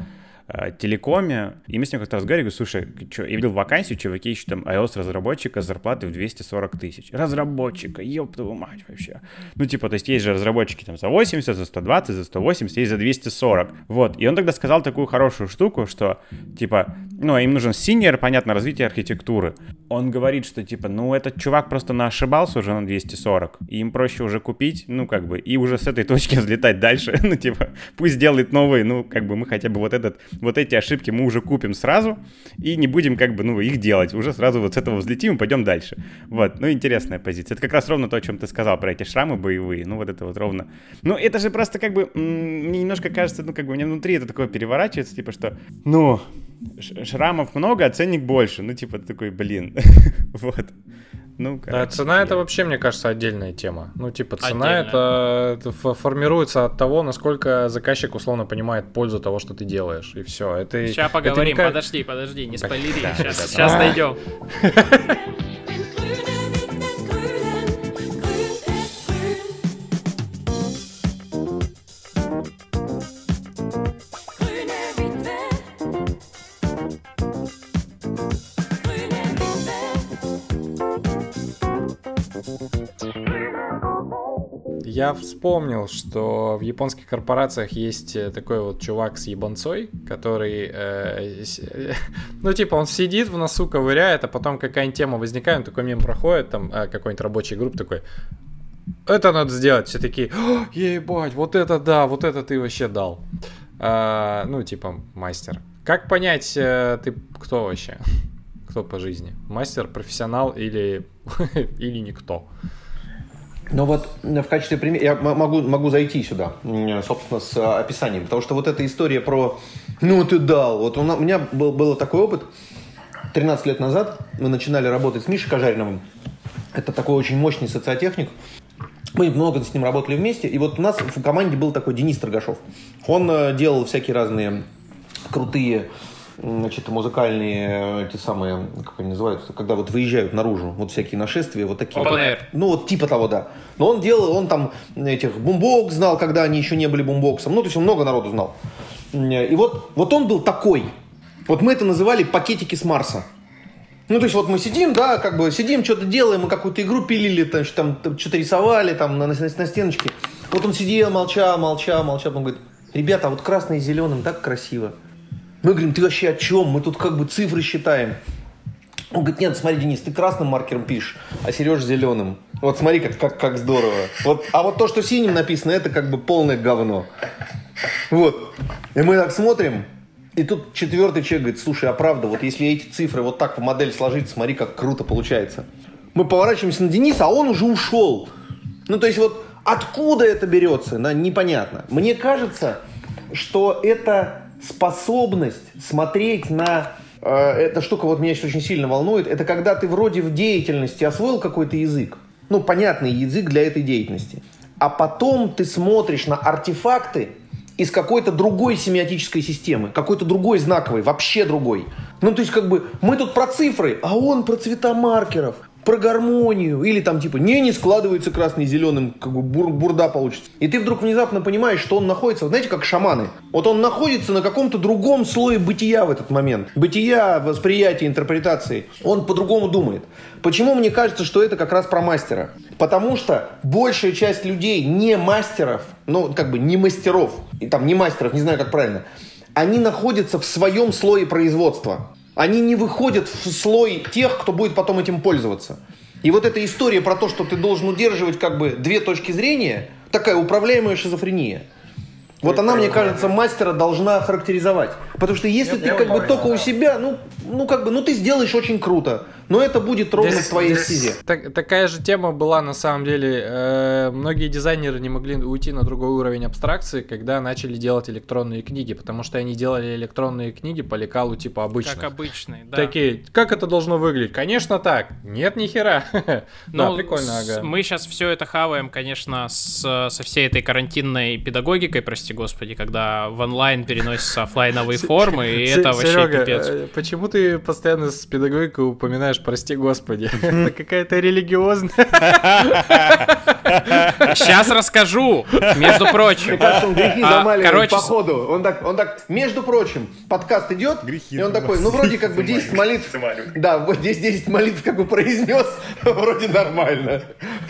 телекоме, и мы с ним как-то разговаривали, говорю, слушай, что, я видел вакансию, чуваки ищут там iOS-разработчика с зарплатой в 240 тысяч. Разработчика, ёб твою мать вообще. Ну, типа, то есть есть же разработчики там за 80, за 120, за 180, есть за 240. Вот, и он тогда сказал такую хорошую штуку, что, типа, ну, им нужен senior, понятно, развитие архитектуры. Он говорит, что, типа, ну, этот чувак просто ошибался уже на 240, и им проще уже купить, ну, как бы, и уже с этой точки взлетать дальше, ну, типа, пусть делает новые, ну, как бы, мы хотя бы вот эти ошибки мы уже купим сразу, и не будем, как бы, ну, их делать, уже сразу вот с этого взлетим и пойдем дальше. Вот, ну, интересная позиция. Это как раз ровно то, о чем ты сказал, про эти шрамы боевые, ну, вот это вот ровно. Ну, это же просто, как бы, мне немножко кажется, ну, как бы, у меня внутри это такое переворачивается, типа, что, ну, шрамов много, а ценник больше, ну, типа, такой, блин, вот. Ну, да, цена это вообще, мне кажется, отдельная тема. Ну, типа, цена это формируется от того, насколько заказчик условно понимает пользу того, что ты делаешь. И все. Это, сейчас поговорим, это подожди, не спойлери. Сейчас дойдем. Я вспомнил, что в японских корпорациях есть такой вот чувак с ебанцой, который, ну, типа, он сидит в носу, ковыряет, а потом какая-нибудь тема возникает, он такой мимо проходит, там, какой-нибудь рабочий групп такой, это надо сделать, все такие, ебать, вот это да, вот это ты вообще дал. Ну, типа, мастер. Как понять, ты кто вообще? Кто по жизни? Мастер, профессионал или никто? Ну вот в качестве примера я могу зайти сюда, собственно, с описанием, потому что вот эта история про «ну ты дал». Вот у меня был такой опыт. 13 лет назад мы начинали работать с Мишей Кожариновым. Это такой очень мощный социотехник. Мы много с ним работали вместе. И вот у нас в команде был такой Денис Торгашов. Он делал всякие разные крутые, значит, музыкальные, те самые, как они называются, когда вот выезжают наружу, вот всякие нашествия, вот такие. Open air. Ну, вот типа того, да. Но он делал, он там этих бумбокс знал, когда они еще не были бумбоксом. Ну, то есть он много народу знал. И вот он был такой. Вот мы это называли пакетики с Марса. Ну, то есть вот мы сидим, да, как бы сидим, что-то делаем, мы какую-то игру пилили, там что-то рисовали там на стеночке. Вот он сидел, молчал, потом говорит: ребята, а вот красное и зеленым так красиво. Мы говорим: ты вообще о чем? Мы тут как бы цифры считаем. Он говорит: нет, смотри, Денис, ты красным маркером пишешь, а Сереж зеленым. Вот смотри, как здорово. Вот, а вот то, что синим написано, это как бы полное говно. Вот. И мы так смотрим, и тут четвертый человек говорит: слушай, а правда, вот если эти цифры вот так в модель сложить, смотри, как круто получается. Мы поворачиваемся на Дениса, а он уже ушел. Ну, то есть вот откуда это берется, да, непонятно. Мне кажется, что это способность смотреть на... Эта штука вот меня сейчас очень сильно волнует. Это когда ты вроде в деятельности освоил какой-то язык, ну, понятный язык для этой деятельности, а потом ты смотришь на артефакты из какой-то другой семиотической системы, какой-то другой знаковой, вообще другой. Ну, то есть, как бы, мы тут про цифры, а он про цвета маркеров, про гармонию, или там типа не складывается красный и зеленым, как бы бурда получится. И ты вдруг внезапно понимаешь, что он находится, знаете, как шаманы. Вот он находится на каком-то другом слое бытия в этот момент. Бытия, восприятия, интерпретации. Он по-другому думает. Почему мне кажется, что это как раз про мастера? Потому что большая часть людей не мастеров, ну как бы не мастеров, и там не мастеров, не знаю как правильно, они находятся в своем слое производства. Они не выходят в слой тех, кто будет потом этим пользоваться. И вот эта история про то, что ты должен удерживать как бы две точки зрения, такая управляемая шизофрения. Вот она, мне кажется, мастера должна характеризовать. Потому что если ты как бы только у себя, ну как бы, ну ты сделаешь очень круто, но это будет ровно в твоей стезе. Такая же тема была на самом деле. Многие дизайнеры не могли уйти на другой уровень абстракции, когда начали делать электронные книги, потому что они делали электронные книги по лекалу типа обычных. Как обычные, да. Такие, как это должно выглядеть? Конечно так. Нет, ни хера. Да, прикольно, ага. Мы сейчас все это хаваем, конечно, со всей этой карантинной педагогикой, прости господи, когда в онлайн переносится офлайновый формы, и это вообще пипец. Почему ты постоянно с педагогикой упоминаешь «прости господи»? Это какая-то религиозная... Сейчас расскажу, между прочим. Он грехи замаливает по ходу. Он так, между прочим, подкаст идет, и он такой, вроде как бы 10 молитв... Да, вот здесь 10 молитв как бы произнес, вроде нормально.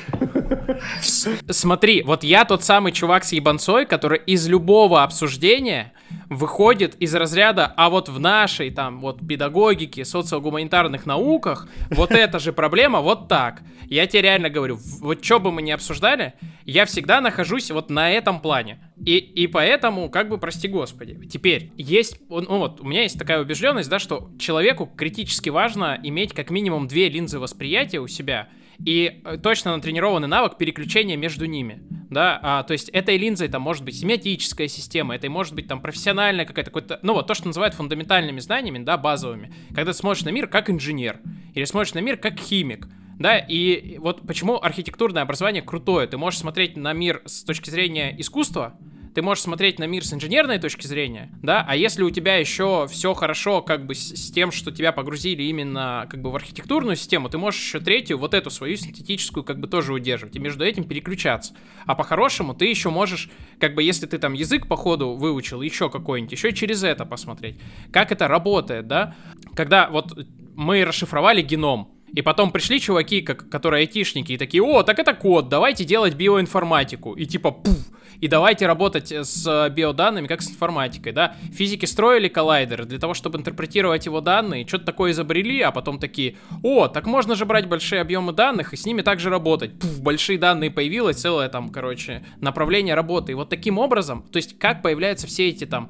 Смотри, вот я тот самый чувак с ебанцой, который из любого обсуждения выходит из разряда, а вот в нашей там вот педагогике, социогуманитарных науках вот эта же проблема вот так. Я тебе реально говорю, вот что бы мы ни обсуждали, я всегда нахожусь вот на этом плане. И поэтому, как бы, прости господи. Теперь, есть, вот, у меня есть такая убежденность, да, что человеку критически важно иметь как минимум 2 линзы восприятия у себя и точно натренированный навык переключения между ними, да, то есть этой линзой там может быть семиотическая система, это может быть там профессиональная какая-то, вот то, что называют фундаментальными знаниями, да, базовыми, когда ты смотришь на мир как инженер или смотришь на мир как химик, да, и вот почему архитектурное образование крутое, ты можешь смотреть на мир с точки зрения искусства, ты можешь смотреть на мир с инженерной точки зрения, да, а если у тебя еще все хорошо как бы с тем, что тебя погрузили именно как бы в архитектурную систему, ты можешь еще третью, вот эту свою синтетическую как бы тоже удерживать и между этим переключаться. А по-хорошему ты еще можешь, как бы если ты там язык по ходу выучил, еще какой-нибудь, еще и через это посмотреть, как это работает, да, когда вот мы расшифровали геном, и потом пришли чуваки, которые айтишники, и такие, о, так это код, давайте делать биоинформатику. И типа, пуф, и давайте работать с биоданными, как с информатикой, да. Физики строили коллайдеры для того, чтобы интерпретировать его данные, что-то такое изобрели, а потом такие, о, так можно же брать большие объемы данных и с ними также работать. Пуф, большие данные появилось, целое там, короче, направление работы. И вот таким образом, то есть как появляются все эти там,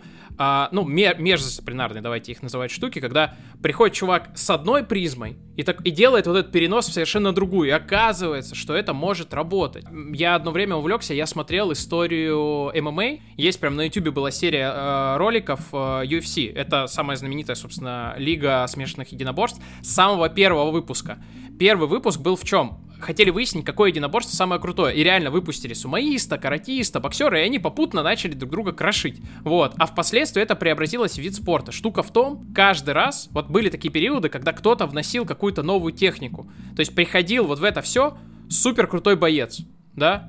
междисциплинарные, давайте их называть штуки, когда приходит чувак с одной призмой и делает вот этот перенос в совершенно другую, и оказывается, что это может работать. Я одно время увлекся, я смотрел историю ММА, есть прям на ютубе была серия роликов UFC, это самая знаменитая, собственно, лига смешанных единоборств, с самого первого выпуска. Первый выпуск был в чем? Хотели выяснить, какое единоборство самое крутое. И реально выпустили сумоиста, каратиста, боксера, и они попутно начали друг друга крошить. Вот. А впоследствии это преобразилось в вид спорта. Штука в том, каждый раз, вот были такие периоды, когда кто-то вносил какую-то новую технику. То есть приходил вот в это все супер крутой боец, да?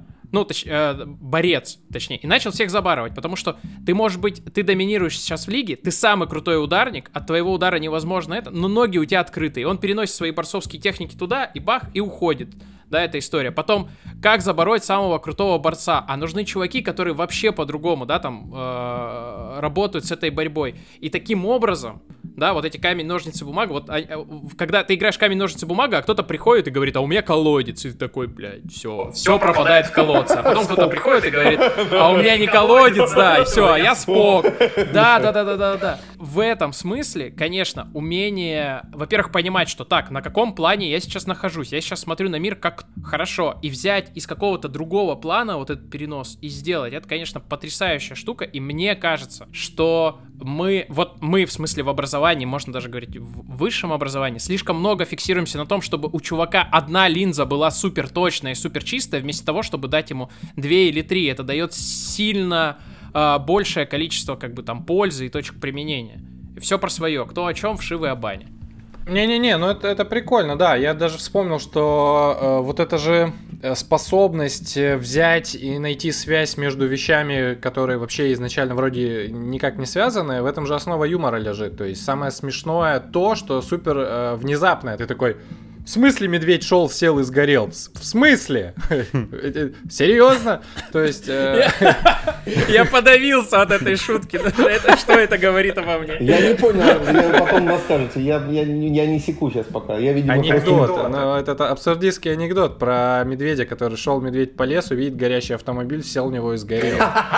Борец, точнее, и начал всех забарывать, потому что ты, может быть, ты доминируешь сейчас в лиге, ты самый крутой ударник, от твоего удара невозможно это, но ноги у тебя открыты, и он переносит свои борцовские техники туда, и бах, и уходит, да, эта история. Потом, как забороть самого крутого борца, а нужны чуваки, которые вообще по-другому, да, там, работают с этой борьбой, и таким образом, да, вот эти камень, ножницы, бумага, вот, когда ты играешь камень, ножницы, бумага, а кто-то приходит и говорит, а у меня колодец, и ты такой, блядь, все пропадает в колодце, а потом кто-то приходит и говорит, а у меня не колодец, да, и все, а я спок. Да. В этом смысле, конечно, умение, во-первых, понимать, что так, на каком плане я сейчас нахожусь, я сейчас смотрю на мир как хорошо, и взять из какого-то другого плана вот этот перенос и сделать, это, конечно, потрясающая штука, и мне кажется, что мы, в смысле в образовании, можно даже говорить в высшем образовании, слишком много фиксируемся на том, чтобы у чувака одна линза была супер точная и супер чистая, вместо того, чтобы дать ему 2 или 3. Это дает сильно большее количество как бы там пользы и точек применения. Все про свое. Кто о чем, вшивы о бане. Не-не-не, ну это прикольно, да. Я даже вспомнил, что вот эта же способность взять и найти связь между вещами, которые вообще изначально вроде никак не связаны, в этом же основа юмора лежит. То есть самое смешное то, что супер внезапное. Ты такой... В смысле медведь шел, сел и сгорел? В смысле? Серьезно? То есть... Я подавился от этой шутки. Что это говорит обо мне? Я не понял, потом расскажете. Я не секу сейчас пока. Анекдот. Это абсурдистский анекдот про медведя, который шел медведь по лесу, видит горящий автомобиль, сел в него и сгорел.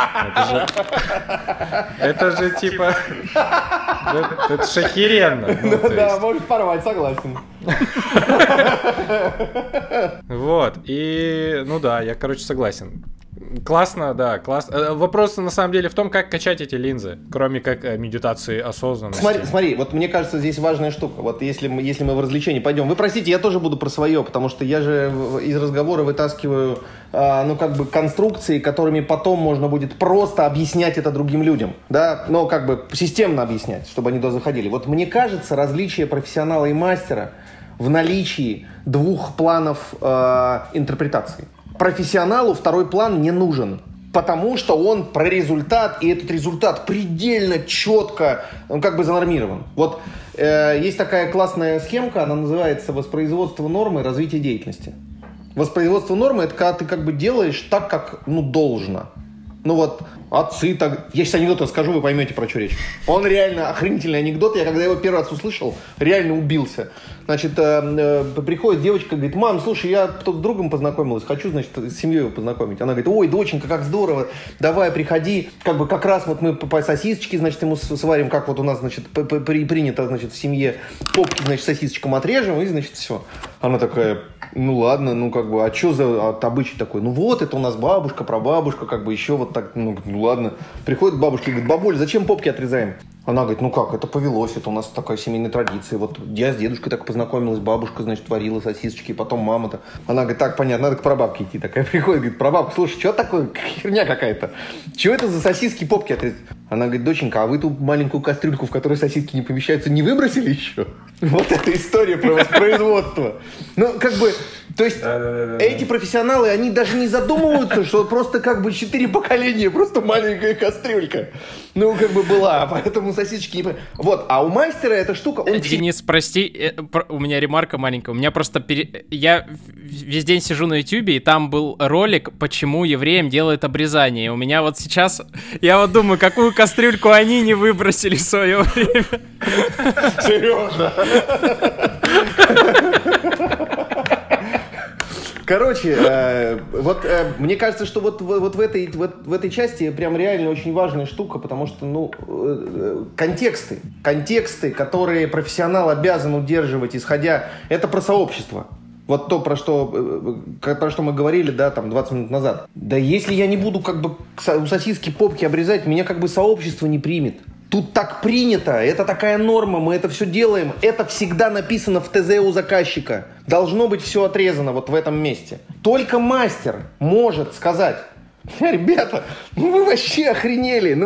Это же типа... Это ж охеренно. Да, может порвать, согласен. Вот, и, ну да, я, короче, согласен. Классно, да, классно. Вопрос на самом деле в том, как качать эти линзы, кроме как медитации осознанности. Смотри, вот мне кажется, здесь важная штука. Вот если мы в развлечении пойдем. Вы простите, я тоже буду про свое, потому что я же из разговора вытаскиваю, конструкции, которыми потом можно будет просто объяснять это другим людям. Да, но системно объяснять, чтобы они туда заходили. Вот мне кажется, различие профессионала и мастера в наличии двух планов интерпретации. Профессионалу второй план не нужен, потому что он про результат, и этот результат предельно четко, он занормирован. Вот есть такая классная схемка, она называется воспроизводство нормы, развитие деятельности. Воспроизводство нормы — это когда ты делаешь так, как должно. Отцы так... Я сейчас анекдот расскажу, вы поймете, про что речь. Он реально охренительный анекдот. Я когда его первый раз услышал, реально убился. Значит, приходит девочка, говорит: мам, слушай, я тут с другом познакомилась, хочу, значит, с семьей его познакомить. Она говорит: ой, доченька, как здорово, давай, приходи. Как раз вот мы по сосисочке, значит, ему сварим, как вот у нас, значит, принято, значит, в семье попки, значит, сосисочкам отрежем, и, значит, все. Она такая: ну ладно, а что за обычай такой? Ну вот, это у нас бабушка, прабабушка, еще вот так, ну ладно. Приходит к бабушке и говорит: бабуль, зачем попки отрезаем? Она говорит: ну как, это повелось, это у нас такая семейная традиция. Вот я с дедушкой так познакомилась, бабушка, значит, варила сосисочки, потом мама-то. Она говорит: так, понятно, надо к прабабке идти. Такая приходит, говорит: прабабка, слушай, что такое, херня какая-то? Чего это за сосиски, попки отрезать? Она говорит: доченька, а вы ту маленькую кастрюльку, в которой сосиски не помещаются, не выбросили еще? Вот эта история про воспроизводство. То есть эти профессионалы, они даже не задумываются, что просто 4 поколения, просто маленькая кастрюлька. Была, поэтому сосисочки не... Вот, а у мастера эта штука... Денис, прости, у меня ремарка маленькая. У меня просто... Я весь день сижу на Ютубе, и там был ролик, почему евреям делают обрезание. У меня вот сейчас... Я вот думаю, какую кастрюльку они не выбросили в свое время. Серьезно? Короче, мне кажется, что вот в этой части прям реально очень важная штука, потому что, контексты, которые профессионал обязан удерживать, исходя, это про сообщество. Вот то, про что мы говорили, да, 20 минут назад. Да если я не буду у сосиски попки обрезать, меня сообщество не примет. Тут так принято, это такая норма, мы это все делаем. Это всегда написано в ТЗ у заказчика. Должно быть все отрезано вот в этом месте. Только мастер может сказать: ребята, вы вообще охренели,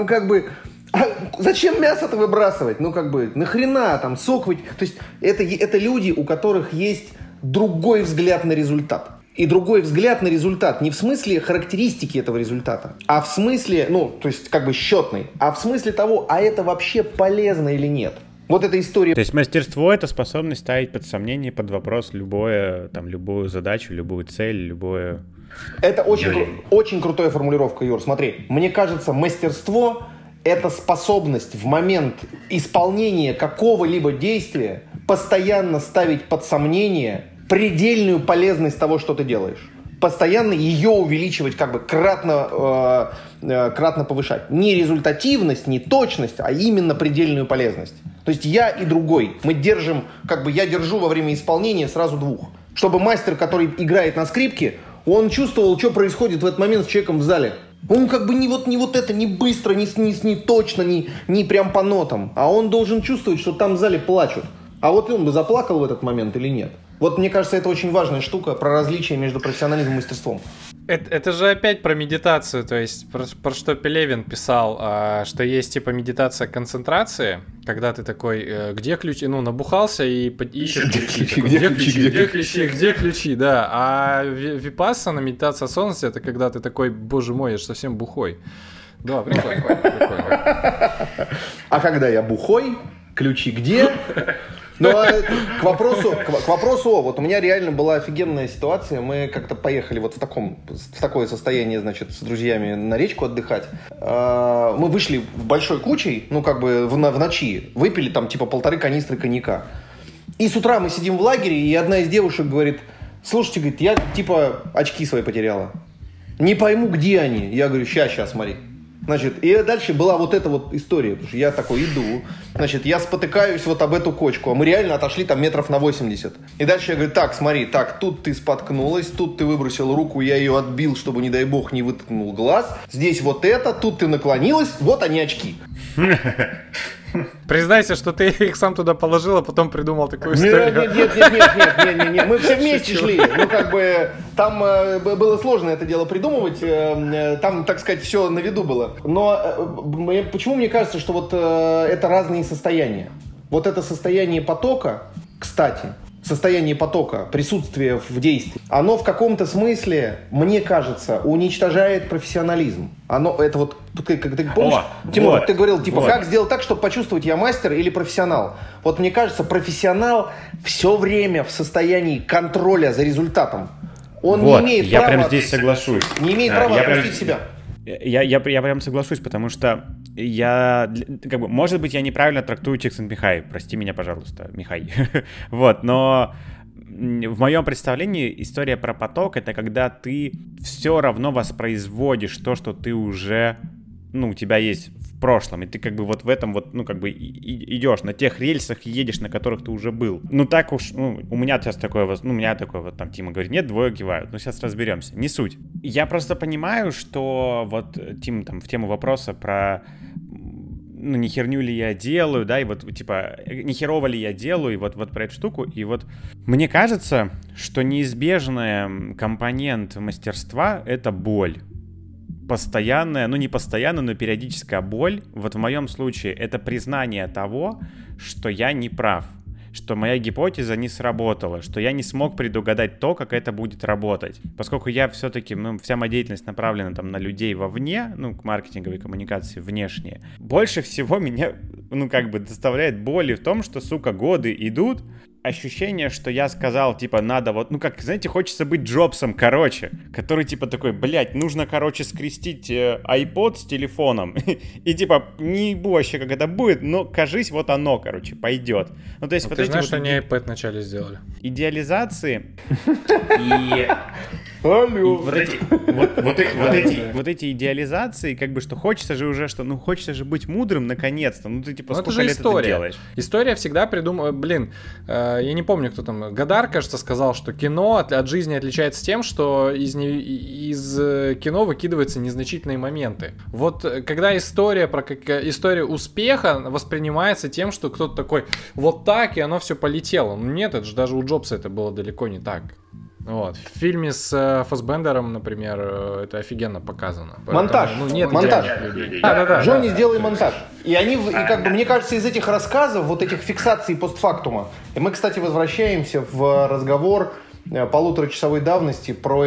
зачем мясо-то выбрасывать? Нахрена сок То есть это люди, у которых есть другой взгляд на результат. И другой взгляд на результат не в смысле характеристики этого результата, а в смысле, счетный, а в смысле того, а это вообще полезно или нет. Вот эта история. То есть мастерство — это способность ставить под сомнение, под вопрос любую задачу, любую цель, любое... Это очень крутая формулировка, Юр. Смотри, мне кажется, мастерство — это способность в момент исполнения какого-либо действия постоянно ставить под сомнение предельную полезность того, что ты делаешь. Постоянно ее увеличивать, кратно повышать. Не результативность, не точность, а именно предельную полезность. То есть я и другой. Мы держим, я держу во время исполнения сразу двух. Чтобы мастер, который играет на скрипке, он чувствовал, что происходит в этот момент с человеком в зале. Он не быстро, не точно, не прям по нотам. А он должен чувствовать, что там в зале плачут. А вот он бы заплакал в этот момент или нет? Вот мне кажется, это очень важная штука про различие между профессионализмом и мастерством. Это же опять про медитацию, то есть про что Пелевин писал, что есть медитация концентрации, когда ты такой: где ключи, набухался и ищешь ключи. Где ключи, да. А випассана, медитация осознанности, это когда ты такой: боже мой, я же совсем бухой. Да, прикольно. А когда я бухой, ключи где? К вопросу, вот у меня реально была офигенная ситуация. Мы как-то поехали в такое состояние, значит, с друзьями на речку отдыхать. Мы вышли большой кучей, в ночи, выпили полторы канистры коньяка. И с утра мы сидим в лагере, и одна из девушек говорит: слушайте, говорит, я очки свои потеряла. Не пойму, где они. Я говорю: сейчас, смотри. Значит, и дальше была вот эта вот история. Потому что я такой иду, значит, я спотыкаюсь вот об эту кочку, а мы реально отошли там метров на 80. И дальше я говорю, так, смотри, так, тут ты споткнулась, тут ты выбросил руку, я ее отбил, чтобы, не дай бог, не вытолкнул глаз. Здесь вот это, тут ты наклонилась, вот они очки. Признайся, что ты их сам туда положил, а потом придумал такую историю. Нет, мы все вместе шли. Ну, как бы, там было сложно это дело придумывать, там, так сказать, все на виду было. Но почему мне кажется, что вот это разные состояния? Вот это состояние потока, кстати, состояние потока, присутствие в действии, оно в каком-то смысле, мне кажется, уничтожает профессионализм. Это вот, как ты помнишь, Тимур, вот, ты говорил, типа, как сделать так, чтобы почувствовать, я мастер или профессионал? Вот мне кажется, профессионал все время в состоянии контроля за результатом. Он не имеет права... Я прям здесь соглашусь. Не имеет права отпустить себя. Я прям соглашусь, потому что может быть, я неправильно трактую Csikszentmihalyi, прости меня, пожалуйста, Михай. Вот, но в моем представлении история про поток — это когда ты все равно воспроизводишь то, что ты уже, у тебя есть в прошлом, и ты как бы вот в этом вот, идешь на тех рельсах, едешь, на которых ты уже был. Так уж, у меня сейчас такое вот там Тима говорит, нет, двое кивают, сейчас разберемся, не суть. Я просто понимаю, что вот, Тим, там, в тему вопроса про не херню ли я делаю, да, и вот, типа, не херово ли я делаю, и вот про эту штуку, и вот мне кажется, что неизбежный компонент мастерства — это боль. Постоянная, не постоянная, но периодическая боль, вот в моем случае, это признание того, что я не прав, что моя гипотеза не сработала, что я не смог предугадать то, как это будет работать. Поскольку я все-таки, вся моя деятельность направлена там на людей вовне, к маркетинговой коммуникации внешние, больше всего меня, доставляет боли в том, что, годы идут, ощущение, что я сказал, типа, надо вот, знаете, хочется быть Джобсом, который, типа, такой, нужно, скрестить iPod с телефоном, и, типа, не ебу вообще, как это будет, но, кажись, вот оно, пойдет. То есть, вот ты эти знаешь, вот что они iPad вначале сделали? Идеализации и... Вот эти идеализации, что хочется же уже, хочется же быть мудрым наконец-то. Ты типа сколько лет это делаешь? История всегда придумывает, я не помню, кто там, Годар, кажется, сказал, что кино от жизни отличается тем, что из кино выкидываются незначительные моменты. Вот когда история успеха воспринимается тем, что кто-то такой, вот так, и оно все полетело. Нет, это же даже у Джобса это было далеко не так. Вот. В фильме с Фассбендером, например, это офигенно показано. Монтаж. Нет монтаж. Да. Джонни, сделай монтаж. И мне кажется, из этих рассказов, вот этих фиксаций постфактума, и мы, кстати, возвращаемся в разговор полуторачасовой давности про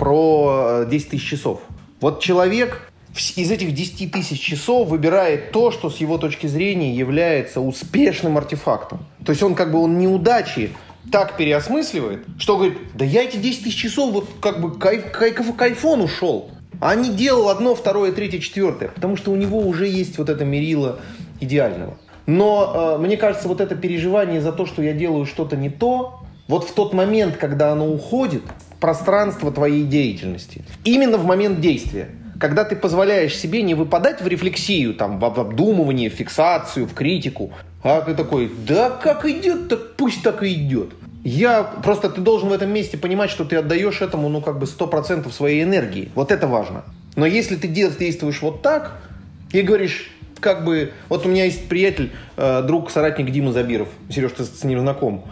10 тысяч часов. Вот человек из этих 10 тысяч часов выбирает то, что с его точки зрения является успешным артефактом. То есть он неудачи так переосмысливает, что говорит, да я эти 10 тысяч часов вот кайфон ушел, а не делал 1, 2, 3, 4, потому что у него уже есть вот это мерило идеального. Но мне кажется, вот это переживание за то, что я делаю что-то не то, вот в тот момент, когда оно уходит, пространство твоей деятельности, именно в момент действия, когда ты позволяешь себе не выпадать в рефлексию, в обдумывание, в фиксацию, в критику, а ты такой, да как идет, так пусть так и идет. Ты должен в этом месте понимать, что ты отдаешь этому, 100% своей энергии. Вот это важно. Но если ты действуешь вот так и говоришь, вот у меня есть приятель, друг, соратник Дима Забиров, Сереж, ты с ним знаком.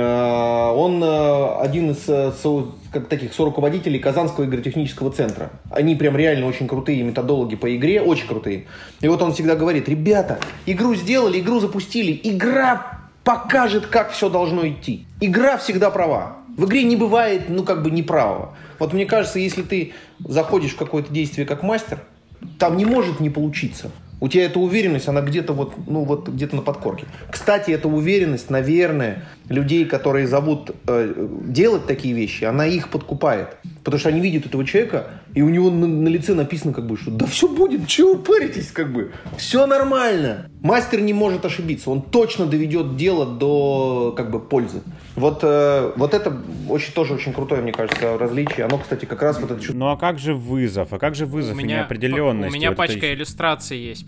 Он один из таких соруководителей Казанского игротехнического центра. Они прям реально очень крутые методологи по игре, очень крутые. И вот он всегда говорит, ребята, игру сделали, игру запустили, игра покажет, как все должно идти. Игра всегда права. В игре не бывает, неправого. Вот мне кажется, если ты заходишь в какое-то действие как мастер, там не может не получиться. У тебя эта уверенность, она где-то где-то на подкорке. Кстати, эта уверенность, наверное, людей, которые зовут делать такие вещи, она их подкупает. Потому что они видят этого человека, и у него на лице написано, как бы, что да все будет, чего вы паритесь, как бы. Все нормально. Мастер не может ошибиться. Он точно доведет дело до, как бы, пользы. Вот это тоже очень крутое, мне кажется, различие. Оно, кстати, как раз вот это... Ну а как же вызов? А как же вызов и неопределенность? У меня вот пачка иллюстраций есть.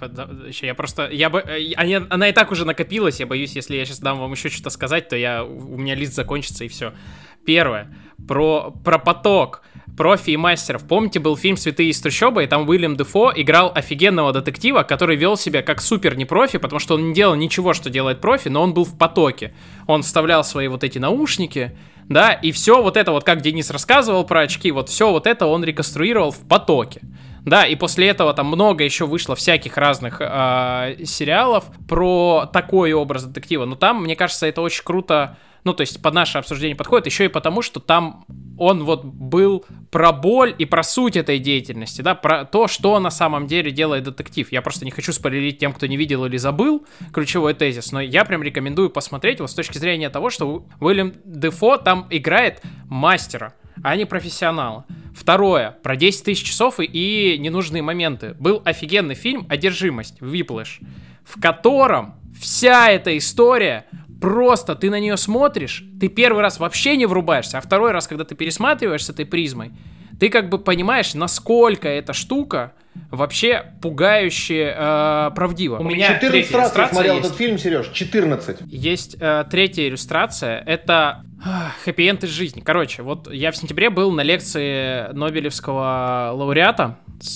Она и так уже накопилась. Я боюсь, если я сейчас дам вам еще что-то сказать, то у меня лист закончится и все. Первое. Про поток профи и мастеров. Помните, был фильм «Святые из трущобы», и там Уильям Дефо играл офигенного детектива, который вел себя как супер не профи, потому что он не делал ничего, что делает профи, но он был в потоке. Он вставлял свои вот эти наушники, да, и все вот это, вот как Денис рассказывал про очки, вот все вот это он реконструировал в потоке. Да, и после этого там много еще вышло всяких разных сериалов про такой образ детектива, но там, мне кажется, это очень круто. Ну, то есть под наше обсуждение подходит еще и потому, что там он вот был про боль и про суть этой деятельности, да, про то, что на самом деле делает детектив. Я просто не хочу спойлерить тем, кто не видел или забыл ключевой тезис, но я прям рекомендую посмотреть вот с точки зрения того, что Уильям Дефо там играет мастера, а не профессионала. Второе, про 10 тысяч часов и ненужные моменты. Был офигенный фильм «Одержимость», Whiplash, в котором вся эта история... Просто ты на нее смотришь, ты первый раз вообще не врубаешься, а второй раз, когда ты пересматриваешь с этой призмой, ты как бы понимаешь, насколько эта штука вообще пугающе правдива. У меня 14 раз я смотрел этот фильм, Сереж, 14. Есть третья иллюстрация, это хэппи-энд из жизни. Короче, вот я в сентябре был на лекции Нобелевского лауреата,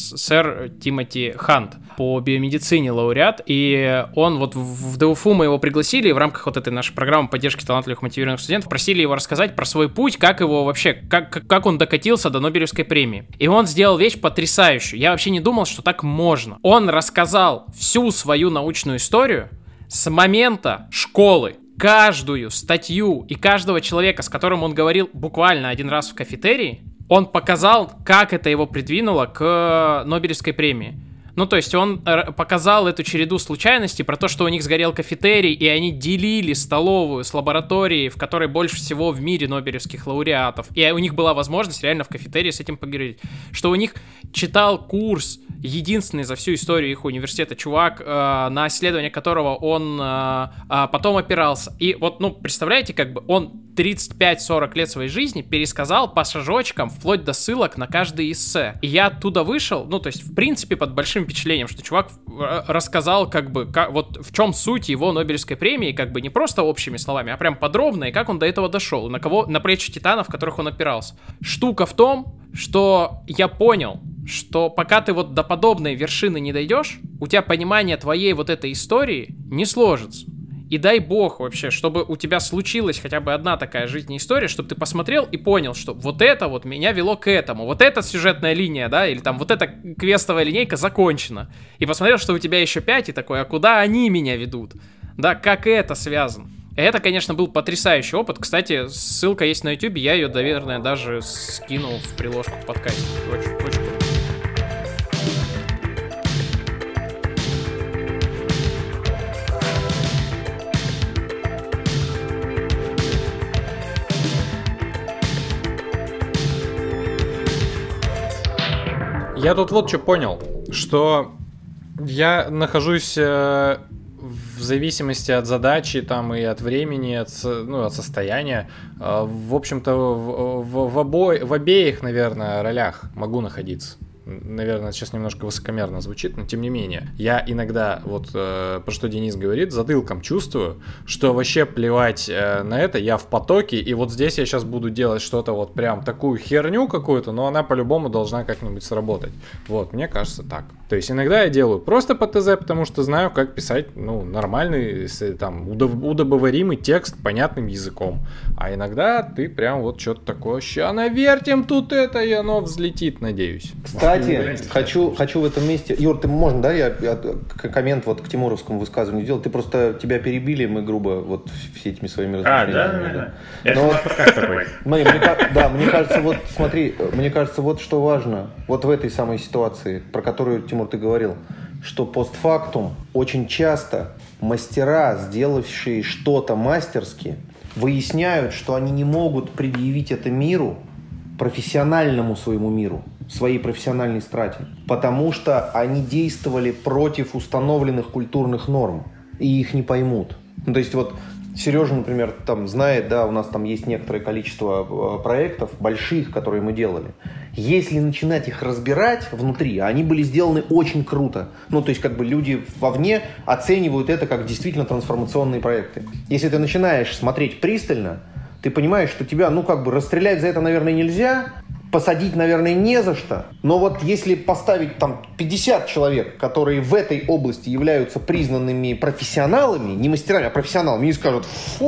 сэр Тимоти Хант, по биомедицине лауреат, и он вот в ДУФУ мы его пригласили, и в рамках вот этой нашей программы поддержки талантливых мотивированных студентов просили его рассказать про свой путь, как его вообще, как он докатился до Нобелевской премии. И он сделал вещь потрясающую. Я вообще не думал, что так можно. Он рассказал всю свою научную историю с момента школы. Каждую статью и каждого человека, с которым он говорил буквально один раз в кафетерии, он показал, как это его придвинуло к Нобелевской премии. Ну, то есть он показал эту череду случайностей про то, что у них сгорел кафетерий, и они делили столовую с лабораторией, в которой больше всего в мире нобелевских лауреатов. И у них была возможность реально в кафетерии с этим поговорить. Что у них читал курс, единственный за всю историю их университета чувак, на исследование которого он потом опирался. И вот, ну, представляете, как бы он 35-40 лет своей жизни пересказал по шажочкам, вплоть до ссылок на каждое эссе. И я оттуда вышел, ну, то есть, в принципе, под большим впечатлением, что чувак рассказал, как бы, вот в чем суть его Нобелевской премии, как бы не просто общими словами, а прям подробно, и как он до этого дошел, на плечи титанов, в которых он опирался. Штука в том, что я понял, что пока ты вот до подобной вершины не дойдешь, у тебя понимание твоей вот этой истории не сложится. И дай бог вообще, чтобы у тебя случилась хотя бы одна такая жизненная история, чтобы ты посмотрел и понял, что вот это вот меня вело к этому, вот эта сюжетная линия, да, или там вот эта квестовая линейка закончена. И посмотрел, что у тебя еще 5, и такой, а куда они меня ведут? Да, как это связано? И это, конечно, был потрясающий опыт. Кстати, ссылка есть на YouTube, я ее, наверное, даже скинул в приложку к подкасту. Очень круто. Я тут вот что понял, что я нахожусь в зависимости от задачи там, и от времени, от состояния, в общем-то, в обеих, наверное, ролях могу находиться. Наверное, сейчас немножко высокомерно звучит, но тем не менее. Я иногда, вот про что Денис говорит, затылком чувствую, что вообще плевать на это, я в потоке, и вот здесь я сейчас буду делать что-то вот прям такую херню какую-то, но она по-любому должна как-нибудь сработать. Вот, мне кажется так. То есть иногда я делаю просто по ТЗ, потому что знаю, как писать, ну, нормальный, там, удобоваримый текст понятным языком. А иногда ты прям вот что-то такое, ща навертим тут это, и оно взлетит, надеюсь. Кстати, хочу в этом месте... Юр, ты можно, да, я коммент вот к тимуровскому высказыванию сделал? Ты просто, тебя перебили, мы грубо вот все этими своими размышлениями. Да. Это подкаст такой. Мне кажется, вот смотри, мне кажется, вот что важно, вот в этой самой ситуации, про которую, Тимур, ты говорил, что постфактум очень часто мастера, сделавшие что-то мастерски, выясняют, что они не могут предъявить это миру, профессиональному своему миру, своей профессиональной страте, потому что они действовали против установленных культурных норм, и их не поймут. Ну, то есть вот Сережа, например, там знает, да, у нас там есть некоторое количество проектов больших, которые мы делали. Если начинать их разбирать внутри, они были сделаны очень круто. Ну, то есть как бы люди вовне оценивают это как действительно трансформационные проекты. Если ты начинаешь смотреть пристально, ты понимаешь, что тебя, ну, как бы расстрелять за это, наверное, нельзя, посадить, наверное, не за что. Но вот если поставить там 50 человек, которые в этой области являются признанными профессионалами, не мастерами, а профессионалами, и скажут: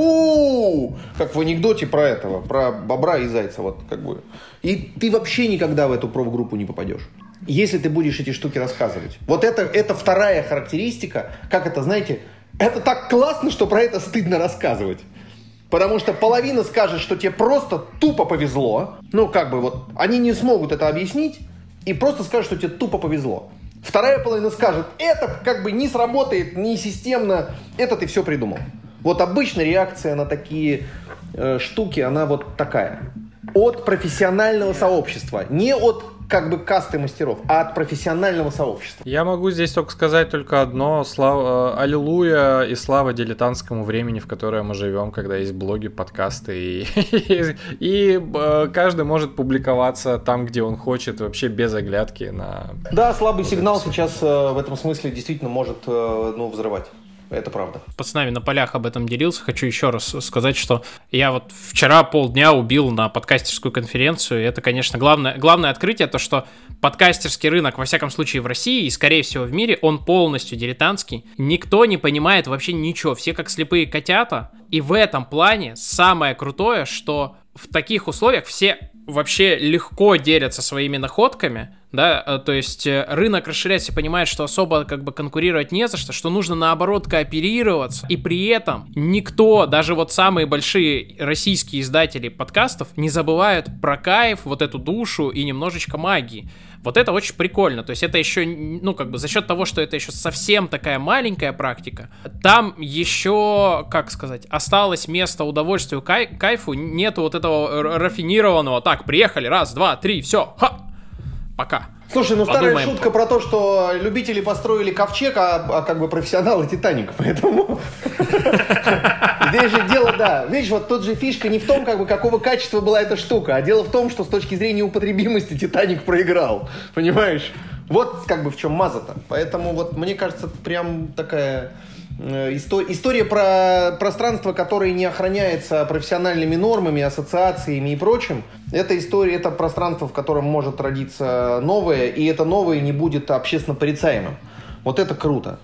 фу, как в анекдоте про этого, про бобра и зайца, вот как бы. И ты вообще никогда в эту профгруппу не попадешь, если ты будешь эти штуки рассказывать. Вот это вторая характеристика, как это, знаете, это так классно, что про это стыдно рассказывать. Потому что половина скажет, что тебе просто тупо повезло. Ну, как бы вот, они не смогут это объяснить и просто скажут, что тебе тупо повезло. Вторая половина скажет: это как бы не сработает, не системно, это ты все придумал. Вот обычно реакция на такие штуки, она вот такая. От профессионального сообщества, не от как бы касты мастеров, а от профессионального сообщества. Я могу здесь только сказать только одно: аллилуйя и слава дилетантскому времени, в которое мы живем, когда есть блоги, подкасты, и каждый может публиковаться там, где он хочет, вообще без оглядки на... Да, слабый сигнал сейчас в этом смысле действительно может взрывать. Это правда. Пацанами на полях об этом делился. Хочу еще раз сказать, что я вот вчера полдня убил на подкастерскую конференцию. И это, конечно, главное открытие, то, что подкастерский рынок, во всяком случае в России и, скорее всего, в мире, он полностью дилетантский. Никто не понимает вообще ничего. Все как слепые котята. И в этом плане самое крутое, что в таких условиях все вообще легко делятся своими находками, да, то есть рынок расширяется и понимает, что особо как бы конкурировать не за что нужно наоборот кооперироваться, и при этом никто, даже вот самые большие российские издатели подкастов, не забывают про кайф, вот эту душу и немножечко магии. Вот это очень прикольно, то есть это еще, ну, как бы за счет того, что это еще совсем такая маленькая практика, там еще, как сказать, осталось место удовольствию, кайфу, нету вот этого рафинированного: так, приехали, раз, два, три, все, ха, пока. Слушай, ну старая шутка про то, что любители построили ковчег, а как бы профессионалы Титаник, поэтому... Здесь же дело, да, видишь, вот тут же фишка не в том, как бы, какого качества была эта штука, а дело в том, что с точки зрения употребимости Титаник проиграл, понимаешь? Вот как бы в чем маза-то. Поэтому вот мне кажется, прям такая... История про пространство, которое не охраняется профессиональными нормами, ассоциациями и прочим, это история, это пространство, в котором может родиться новое, и это новое не будет общественно порицаемым. Вот это круто.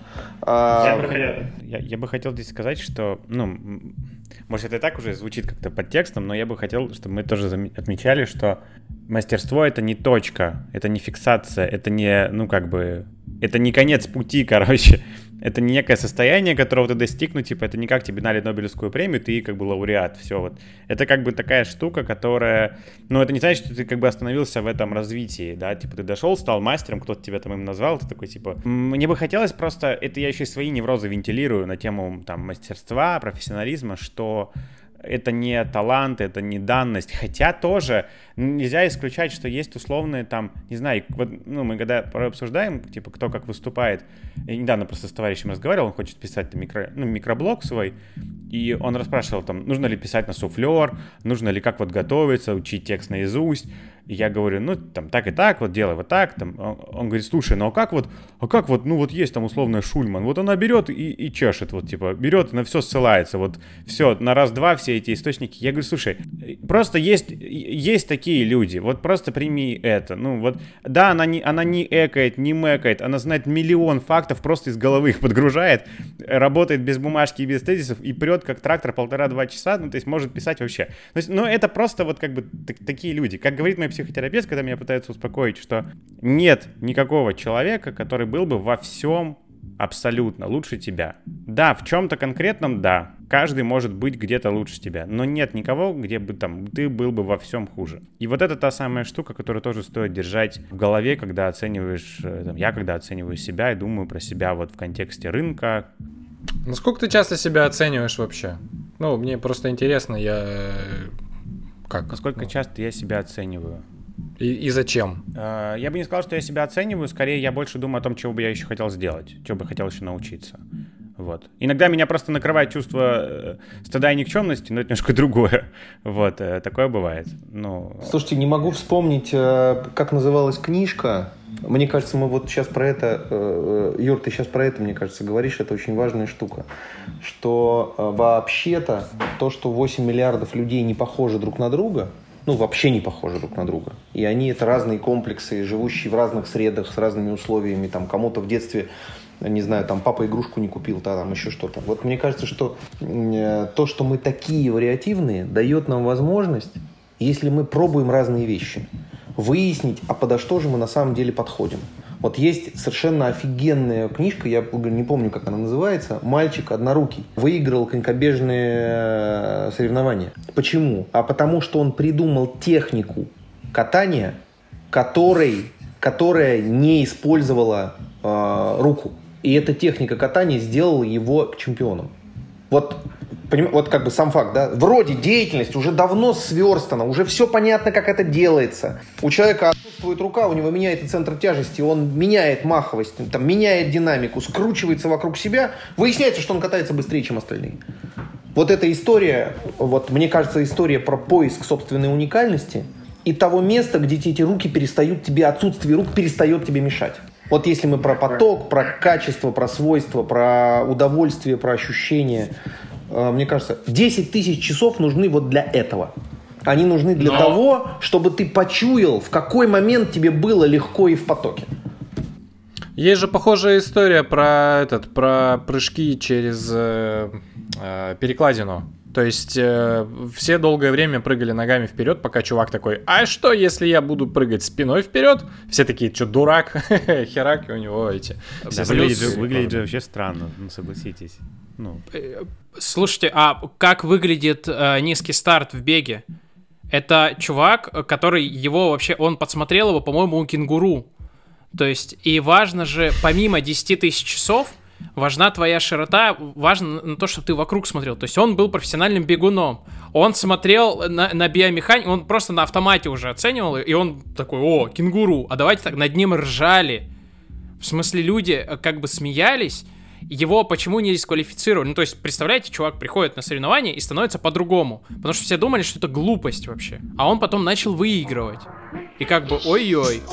Я бы хотел здесь сказать, что, ну, может, это и так уже звучит как-то под текстом, но я бы хотел, чтобы мы тоже отмечали, что мастерство — это не точка, это не фиксация, это не, ну, как бы, это не конец пути, короче. Это не некое состояние, которого ты достиг, ну, типа, это не как тебе дали Нобелевскую премию, ты как бы лауреат, все вот. Это как бы такая штука, которая, ну, это не значит, что ты как бы остановился в этом развитии, да, типа, ты дошел, стал мастером, кто-то тебя там им назвал, ты такой, типа, мне бы хотелось просто, это я еще и свои неврозы вентилирую на тему, там, мастерства, профессионализма, что это не талант, это не данность, хотя тоже нельзя исключать, что есть условные там, не знаю, вот, ну, мы когда порой обсуждаем, типа, кто как выступает, я недавно просто с товарищем разговаривал, он хочет писать там микроблог свой, и он расспрашивал там, нужно ли писать на суфлер, нужно ли как вот готовиться, учить текст наизусть, и я говорю, ну, там, так и так, вот делай вот так, там, он говорит, слушай, ну, а как вот, ну, вот есть там условная Шульман, вот она берет и чешет, вот, типа, берет, на все ссылается, вот, все, на раз-два все эти источники, я говорю, слушай, просто есть такие люди, вот просто прими это, ну, вот, да, она не экает, не мэкает, она знает миллион фактов, просто из головы их подгружает, работает без бумажки и без тезисов, и прет как трактор 1,5-2 часа, ну, то есть может писать вообще, то есть, ну, это просто вот как бы такие люди, как говорит мой психотерапевт, когда меня пытаются успокоить, что нет никакого человека, который был бы во всем абсолютно лучше тебя. Да, в чем-то конкретном, да, каждый может быть где-то лучше тебя, но нет никого, где бы там ты был бы во всем хуже. И вот это та самая штука, которую тоже стоит держать в голове, когда оцениваешь, там, я когда оцениваю себя и думаю про себя вот в контексте рынка. Насколько ты часто себя оцениваешь вообще? Ну, мне просто интересно, Насколько часто я себя оцениваю? И зачем? Я бы не сказал, что я себя оцениваю, скорее я больше думаю о том, чего бы я еще хотел сделать, чего бы хотел еще научиться. Вот. Иногда меня просто накрывает чувство стыда и никчемности, но это немножко другое. Вот, такое бывает. Слушайте, не могу вспомнить, как называлась книжка. Мне кажется, мы вот сейчас про это, Юр, ты сейчас про это, мне кажется, говоришь, это очень важная штука. Что вообще-то то, что 8 миллиардов людей не похожи друг на друга, вообще не похожи друг на друга. И они это разные комплексы, живущие в разных средах, с разными условиями. Там кому-то в детстве, не знаю, там папа игрушку не купил, там еще что-то. Вот мне кажется, что то, что мы такие вариативные, дает нам возможность, если мы пробуем разные вещи, выяснить, а подо что же мы на самом деле подходим. Вот есть совершенно офигенная книжка, я не помню, как она называется, «Мальчик однорукий». Выиграл конькобежные соревнования. Почему? А потому что он придумал технику катания, которая не использовала руку. И эта техника катания сделала его чемпионом. Вот как бы сам факт, да, вроде деятельность уже давно сверстана, уже все понятно, как это делается. У человека отсутствует рука, у него меняется центр тяжести, он меняет маховость, там, меняет динамику, скручивается вокруг себя, выясняется, что он катается быстрее, чем остальные. Вот эта история, мне кажется, история про поиск собственной уникальности и того места, где эти руки перестают тебе, отсутствие рук перестает тебе мешать. Вот если мы про поток, про качество, про свойства, про удовольствие, про ощущения, мне кажется, 10 тысяч часов нужны вот для этого. Они нужны для того, чтобы ты почуял, в какой момент тебе было легко и в потоке. Есть же похожая история про прыжки через перекладину. То есть все долгое время прыгали ногами вперед, пока чувак такой: а что, если я буду прыгать спиной вперед? Все такие: что, дурак? Херак, и у него эти... Выглядит же вообще странно, согласитесь. Слушайте, а как выглядит низкий старт в беге? Это чувак, который он подсмотрел его, по-моему, у кенгуру. То есть, и важно же, помимо 10 тысяч часов, важна твоя широта, важно то, чтобы ты вокруг смотрел. То есть он был профессиональным бегуном. Он смотрел на биомеханику, он просто на автомате уже оценивал, и он такой: о, кенгуру, а давайте так, над ним ржали. В смысле, люди как бы смеялись, его почему не дисквалифицировали? То есть, представляете, чувак приходит на соревнования и становится по-другому. Потому что все думали, что это глупость вообще. А он потом начал выигрывать. И как бы, ой-ой.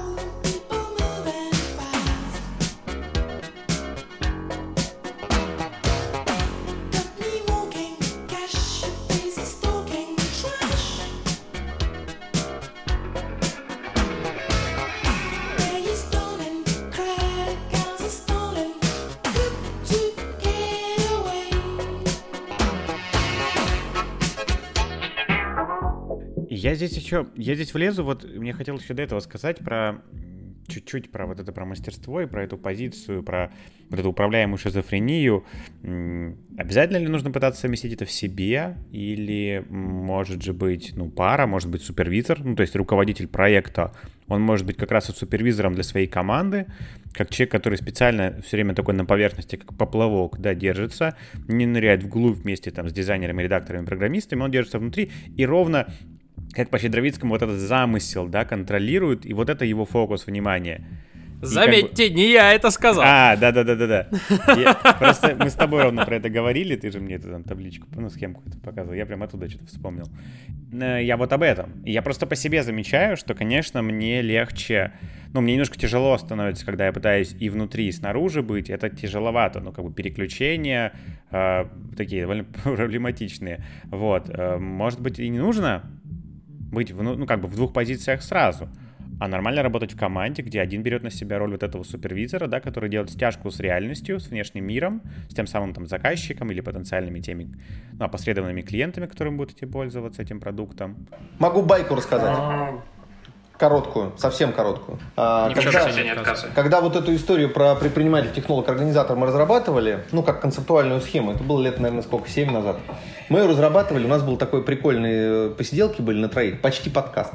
Я здесь влезу, мне хотелось еще до этого сказать чуть-чуть про про мастерство и про эту позицию, про вот эту управляемую шизофрению. Обязательно ли нужно пытаться совместить это в себе? Или может же быть, пара, может быть супервизор, то есть руководитель проекта, он может быть как раз супервизором для своей команды, как человек, который специально все время такой на поверхности, как поплавок, держится, не ныряет вглубь вместе с дизайнерами, редакторами, программистами, он держится внутри и ровно, как по Щедровицкому, этот замысел, контролирует, и это его фокус внимания. Заметьте, не я это сказал. Да. Просто мы с тобой ровно про это говорили, ты же мне эту табличку, схемку эту показывал, я прям оттуда что-то вспомнил. Я об этом. Я просто по себе замечаю, что, конечно, мне легче, мне немножко тяжело становится, когда я пытаюсь и внутри, и снаружи быть, это тяжеловато, переключения такие довольно проблематичные. Может быть, и не нужно быть в двух позициях сразу, а нормально работать в команде, где один берет на себя роль этого супервизора, который делает стяжку с реальностью, с внешним миром, с тем самым заказчиком или потенциальными теми опосредованными клиентами, которым будете пользоваться этим продуктом. Могу байку рассказать. Короткую, совсем короткую. Когда вот эту историю про предприниматель-технолог-организатор мы разрабатывали, как концептуальную схему, это было лет, наверное, 7 назад. Мы ее разрабатывали, у нас был такой прикольные посиделки были на троих, почти подкаст.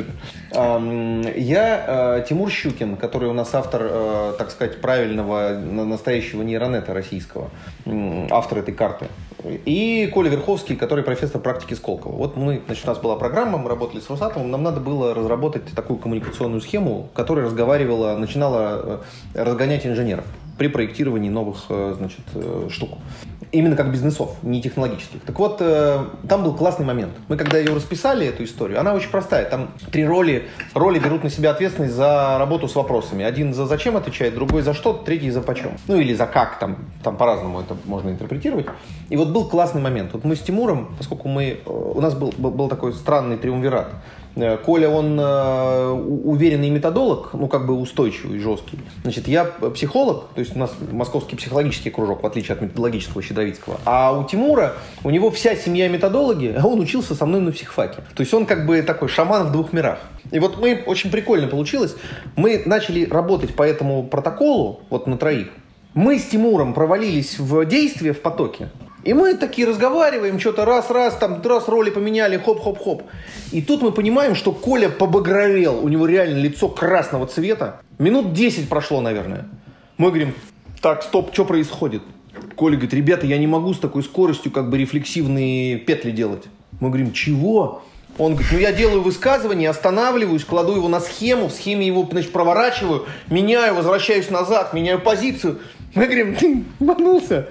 Я Тимур Щукин, который у нас автор, так сказать, правильного, настоящего нейронета российского, автор этой карты. и Коля Верховский, который профессор практики Сколково. Вот у нас была программа, мы работали с Росатомом, нам надо было разработать такую коммуникационную схему, которая начинала разгонять инженеров при проектировании новых, штук. Именно как бизнесов, не технологических. Так вот, там был классный момент. Мы когда ее расписали, эту историю, она очень простая. Там 3 роли берут на себя ответственность за работу с вопросами. Один за зачем отвечает, другой за что, третий за почем. Или за как, там по-разному это можно интерпретировать. И вот был классный момент. Вот мы с Тимуром, поскольку у нас был такой странный триумвират. Коля, он уверенный методолог, устойчивый, жесткий. Значит, я психолог, то есть у нас московский психологический кружок, в отличие от методологического Щедровицкого. А у Тимура, у него вся семья методологи, а он учился со мной на психфаке. То есть он такой шаман в 2 мирах. И вот очень прикольно получилось. Мы начали работать по этому протоколу, вот на 3. Мы с Тимуром провалились в действие в потоке. И мы такие разговариваем, что-то раз роли поменяли, хоп-хоп-хоп. И тут мы понимаем, что Коля побагровел, у него реально лицо красного цвета. Минут 10 прошло, наверное. Мы говорим, так, стоп, что происходит? Коля говорит, ребята, я не могу с такой скоростью рефлексивные петли делать. Мы говорим, чего? Он говорит, я делаю высказывание, останавливаюсь, кладу его на схему, в схеме его, проворачиваю, меняю, возвращаюсь назад, меняю позицию. Мы говорим, ты ебанулся?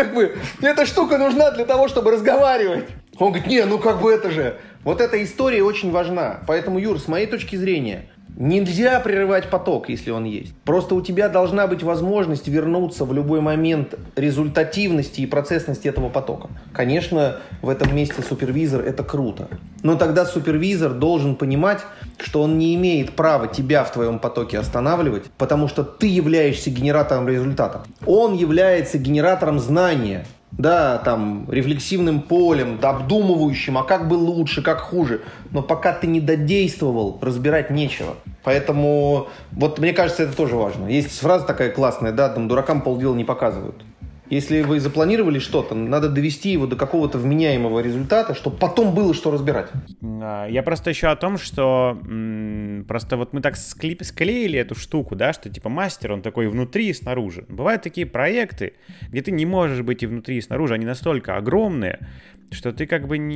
Эта штука нужна для того, чтобы разговаривать. Он говорит, это же. Вот эта история очень важна. Поэтому, Юр, с моей точки зрения, нельзя прерывать поток, если он есть. Просто у тебя должна быть возможность вернуться в любой момент результативности и процессности этого потока. Конечно, в этом месте супервизор – это круто. Но тогда супервизор должен понимать, что он не имеет права тебя в твоем потоке останавливать, потому что ты являешься генератором результата. Он является генератором знания. Да, рефлексивным полем, обдумывающим, а как бы лучше, как хуже. Но пока ты не додействовал, разбирать нечего. Поэтому, мне кажется, это тоже важно. Есть фраза такая классная, дуракам полдела не показывают. Если вы запланировали что-то, надо довести его до какого-то вменяемого результата, чтобы потом было что разбирать. Я просто еще о том, что просто мы так склеили эту штуку, да, что мастер, он такой внутри и снаружи. Бывают такие проекты, где ты не можешь быть и внутри, и снаружи, они настолько огромные, что ты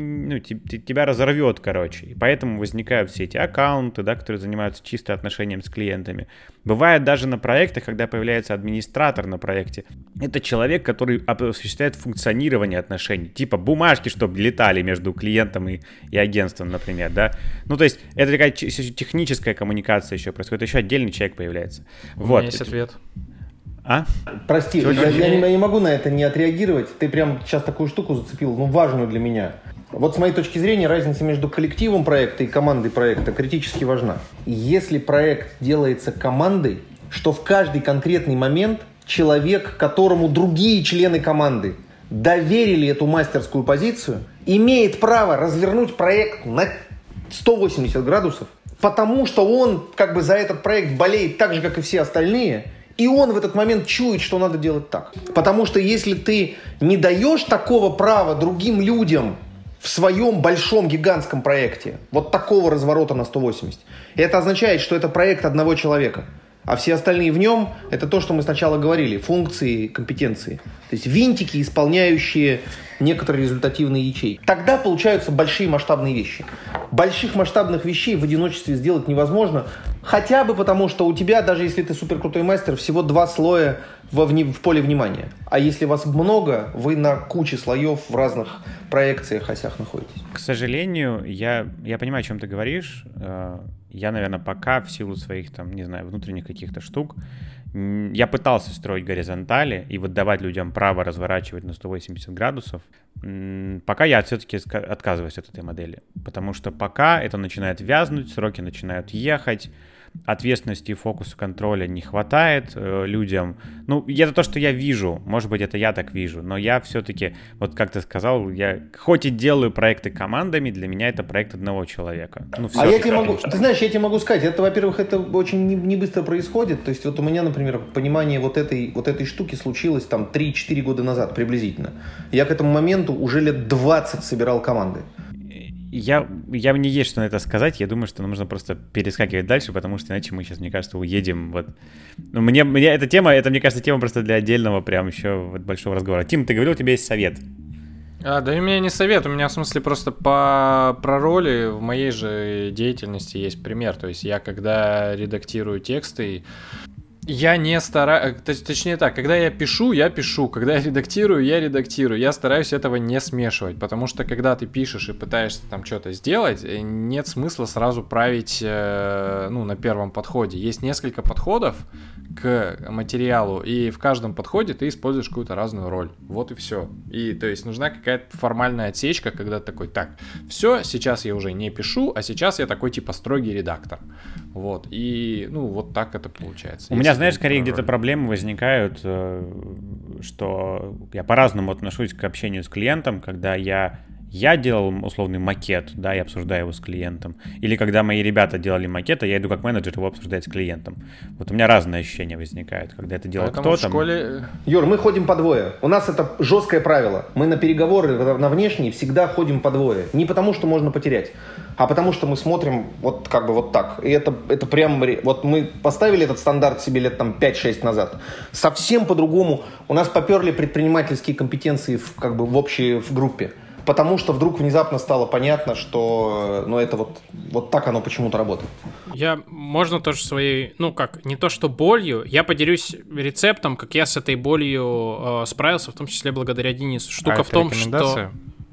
тебя разорвет, И поэтому возникают все эти аккаунты, да, которые занимаются чисто отношением с клиентами. Бывает даже на проектах, когда появляется администратор на проекте. Это человек, который осуществляет функционирование отношений. Бумажки, чтобы летали между клиентом и агентством, например, да. То есть это такая техническая коммуникация еще происходит. Еще отдельный человек появляется. У меня есть ответ. Прости, я не могу на это не отреагировать. Ты прям сейчас такую штуку зацепил, важную для меня. Вот с моей точки зрения разница между коллективом проекта и командой проекта критически важна. Если проект делается командой, что в каждый конкретный момент человек, которому другие члены команды доверили эту мастерскую позицию, имеет право развернуть проект на 180 градусов, потому что он за этот проект болеет так же, как и все остальные. И он в этот момент чует, что надо делать так. Потому что если ты не даешь такого права другим людям в своем большом гигантском проекте, вот такого разворота на 180, это означает, что это проект одного человека. А все остальные в нем – это то, что мы сначала говорили, функции, компетенции. То есть винтики, исполняющие некоторые результативные ячейки. Тогда получаются большие масштабные вещи. Больших масштабных вещей в одиночестве сделать невозможно, хотя бы потому, что у тебя, даже если ты суперкрутой мастер, всего 2 слоя в поле внимания. А если вас много, вы на куче слоев в разных проекциях, осях находитесь. К сожалению, я понимаю, о чем ты говоришь. Я, наверное, пока в силу своих, внутренних каких-то штук, я пытался строить горизонтали и давать людям право разворачивать на 180 градусов. Пока я все-таки отказываюсь от этой модели. Потому что пока это начинает вязнуть, сроки начинают ехать, ответственности и фокуса контроля не хватает людям. Это то, что я вижу. Может быть, это я так вижу. Но я все-таки, как ты сказал, я хоть и делаю проекты командами, для меня это проект одного человека. Я тебе могу сказать, это, во-первых, это очень не быстро происходит. То есть у меня, например, понимание вот этой штуки случилось 3-4 года назад приблизительно. Я к этому моменту уже лет 20 собирал команды. Мне есть что на это сказать. Я думаю, что нам нужно просто перескакивать дальше, потому что иначе мы сейчас, мне кажется, уедем. Мне эта тема, мне кажется, тема просто для отдельного прям еще большого разговора. Тим, ты говорил, у тебя есть совет. Да и у меня не совет, у меня в смысле просто про роли в моей же деятельности есть пример. То есть я когда редактирую тексты, я не стараюсь, точнее так, когда я пишу, когда я редактирую, я стараюсь этого не смешивать, потому что когда ты пишешь и пытаешься там что-то сделать, нет смысла сразу править, на первом подходе. Есть несколько подходов к материалу, и в каждом подходе ты используешь какую-то разную роль. Вот и все. И то есть нужна какая-то формальная отсечка, когда ты такой, так, все, сейчас я уже не пишу, а сейчас я такой типа строгий редактор. Вот. И, вот так это получается. У меня, знаешь, скорее где-то проблемы возникают, что я по-разному отношусь к общению с клиентом, когда я делал условный макет, да, и обсуждаю его с клиентом. Или когда мои ребята делали макет, а я иду как менеджер его обсуждать с клиентом. Вот у меня разные ощущения возникают, когда это делает кто-то. В школе... Юр, мы ходим по двое. У нас это жесткое правило. Мы на переговоры на внешние всегда ходим по двое. Не потому, что можно потерять, а потому, что мы смотрим вот как бы вот так. И это прям... Вот мы поставили этот стандарт себе лет там 5-6 назад. Совсем по-другому. У нас поперли предпринимательские компетенции в группе. Потому что вдруг внезапно стало понятно, что это вот так оно почему-то работает. Можно тоже своей, не то что болью, я поделюсь рецептом, как я с этой болью справился, в том числе благодаря Денису. Штука в том, что...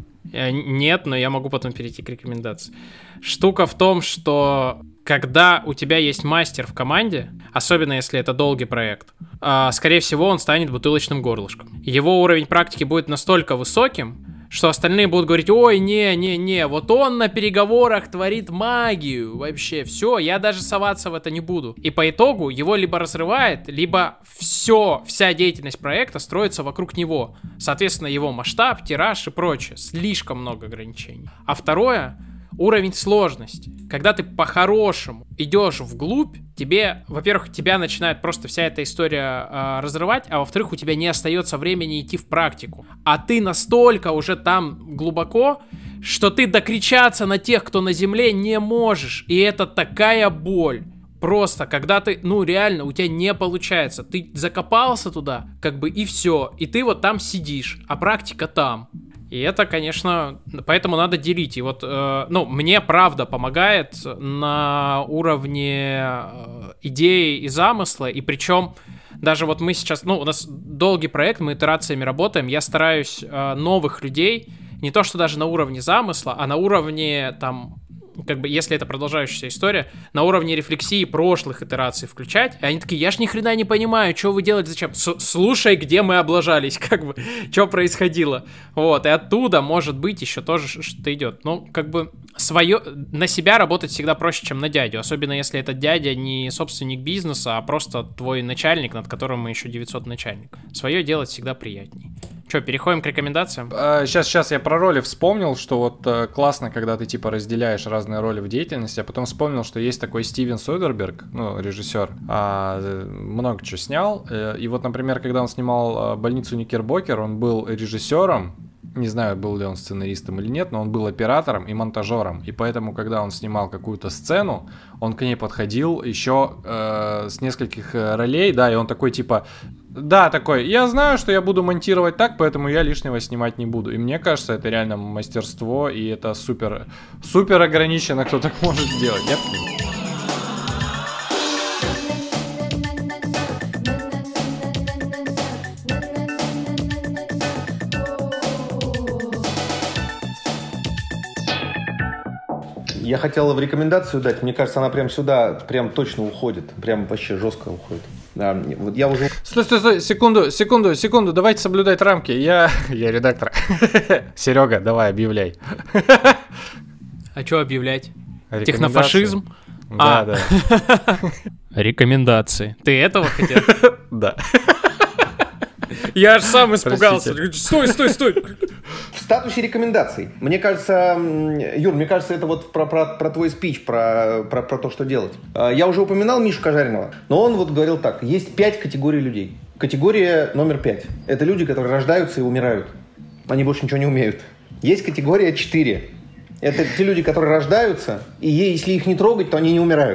Нет, но я могу потом перейти к рекомендации. Штука в том, что когда у тебя есть мастер в команде, особенно если это долгий проект, скорее всего, он станет бутылочным горлышком. Его уровень практики будет настолько высоким, что остальные будут говорить: ой, не, вот он на переговорах творит магию, вообще, все, я даже соваться в это не буду. И по итогу его либо разрывает, либо вся деятельность проекта строится вокруг него. Соответственно, его масштаб, тираж и прочее. Слишком много ограничений. А второе, уровень сложности. Когда ты по-хорошему идешь вглубь, во-первых, тебя начинает просто вся эта история разрывать, а во-вторых, у тебя не остается времени идти в практику. А ты настолько уже там глубоко, что ты докричаться на тех, кто на земле, не можешь. И это такая боль. Просто, когда ты, реально, у тебя не получается. Ты закопался туда, и все. И ты вот там сидишь, а практика там. И это, конечно, поэтому надо делить. И вот, мне правда помогает на уровне идеи и замысла. И причем даже вот мы сейчас, у нас долгий проект, мы итерациями работаем. Я стараюсь новых людей, не то что даже на уровне замысла, а на уровне там... если это продолжающаяся история, на уровне рефлексии прошлых итераций включать, и они такие: я ж ни хрена не понимаю, что вы делаете, зачем? Слушай, где мы облажались, что происходило. Вот, и оттуда, может быть, еще тоже что-то идет. На себя работать всегда проще, чем на дядю, особенно если этот дядя не собственник бизнеса, а просто твой начальник, над которым еще 900 начальников. Свое делать всегда приятней. Что, переходим к рекомендациям? Сейчас я про роли вспомнил, что вот классно, когда ты типа разделяешь разные роли в деятельности, а потом вспомнил, что есть такой Стивен Содерберг, режиссер, много чего снял. И вот, например, когда он снимал «Больницу Никербокер», он был режиссером, не знаю, был ли он сценаристом или нет, но он был оператором и монтажером. И поэтому, когда он снимал какую-то сцену, он к ней подходил еще с нескольких ролей, да, и он такой типа... Да, такой, я знаю, что я буду монтировать так, поэтому я лишнего снимать не буду. И мне кажется, это реально мастерство, и это супер ограниченно, кто так может сделать, нет? Я хотел в рекомендацию дать, мне кажется, она прям сюда, прям точно уходит, прям вообще жестко уходит. Да, вот я уже... Стой, секунду, давайте соблюдать рамки. Я редактор. Серега, давай, объявляй. А что объявлять? Технофашизм? Да. Рекомендации. Ты этого хотел? Да. Я аж сам испугался. Стой. В статусе рекомендаций. Мне кажется, Юр, это вот про твой спич, про то, что делать. Я уже упоминал Мишу Кожаринова, но он вот говорил так: есть 5 категорий людей. Категория номер 5. Это люди, которые рождаются и умирают. Они больше ничего не умеют. Есть категория 4. Это те люди, которые рождаются, и если их не трогать, то они не умирают.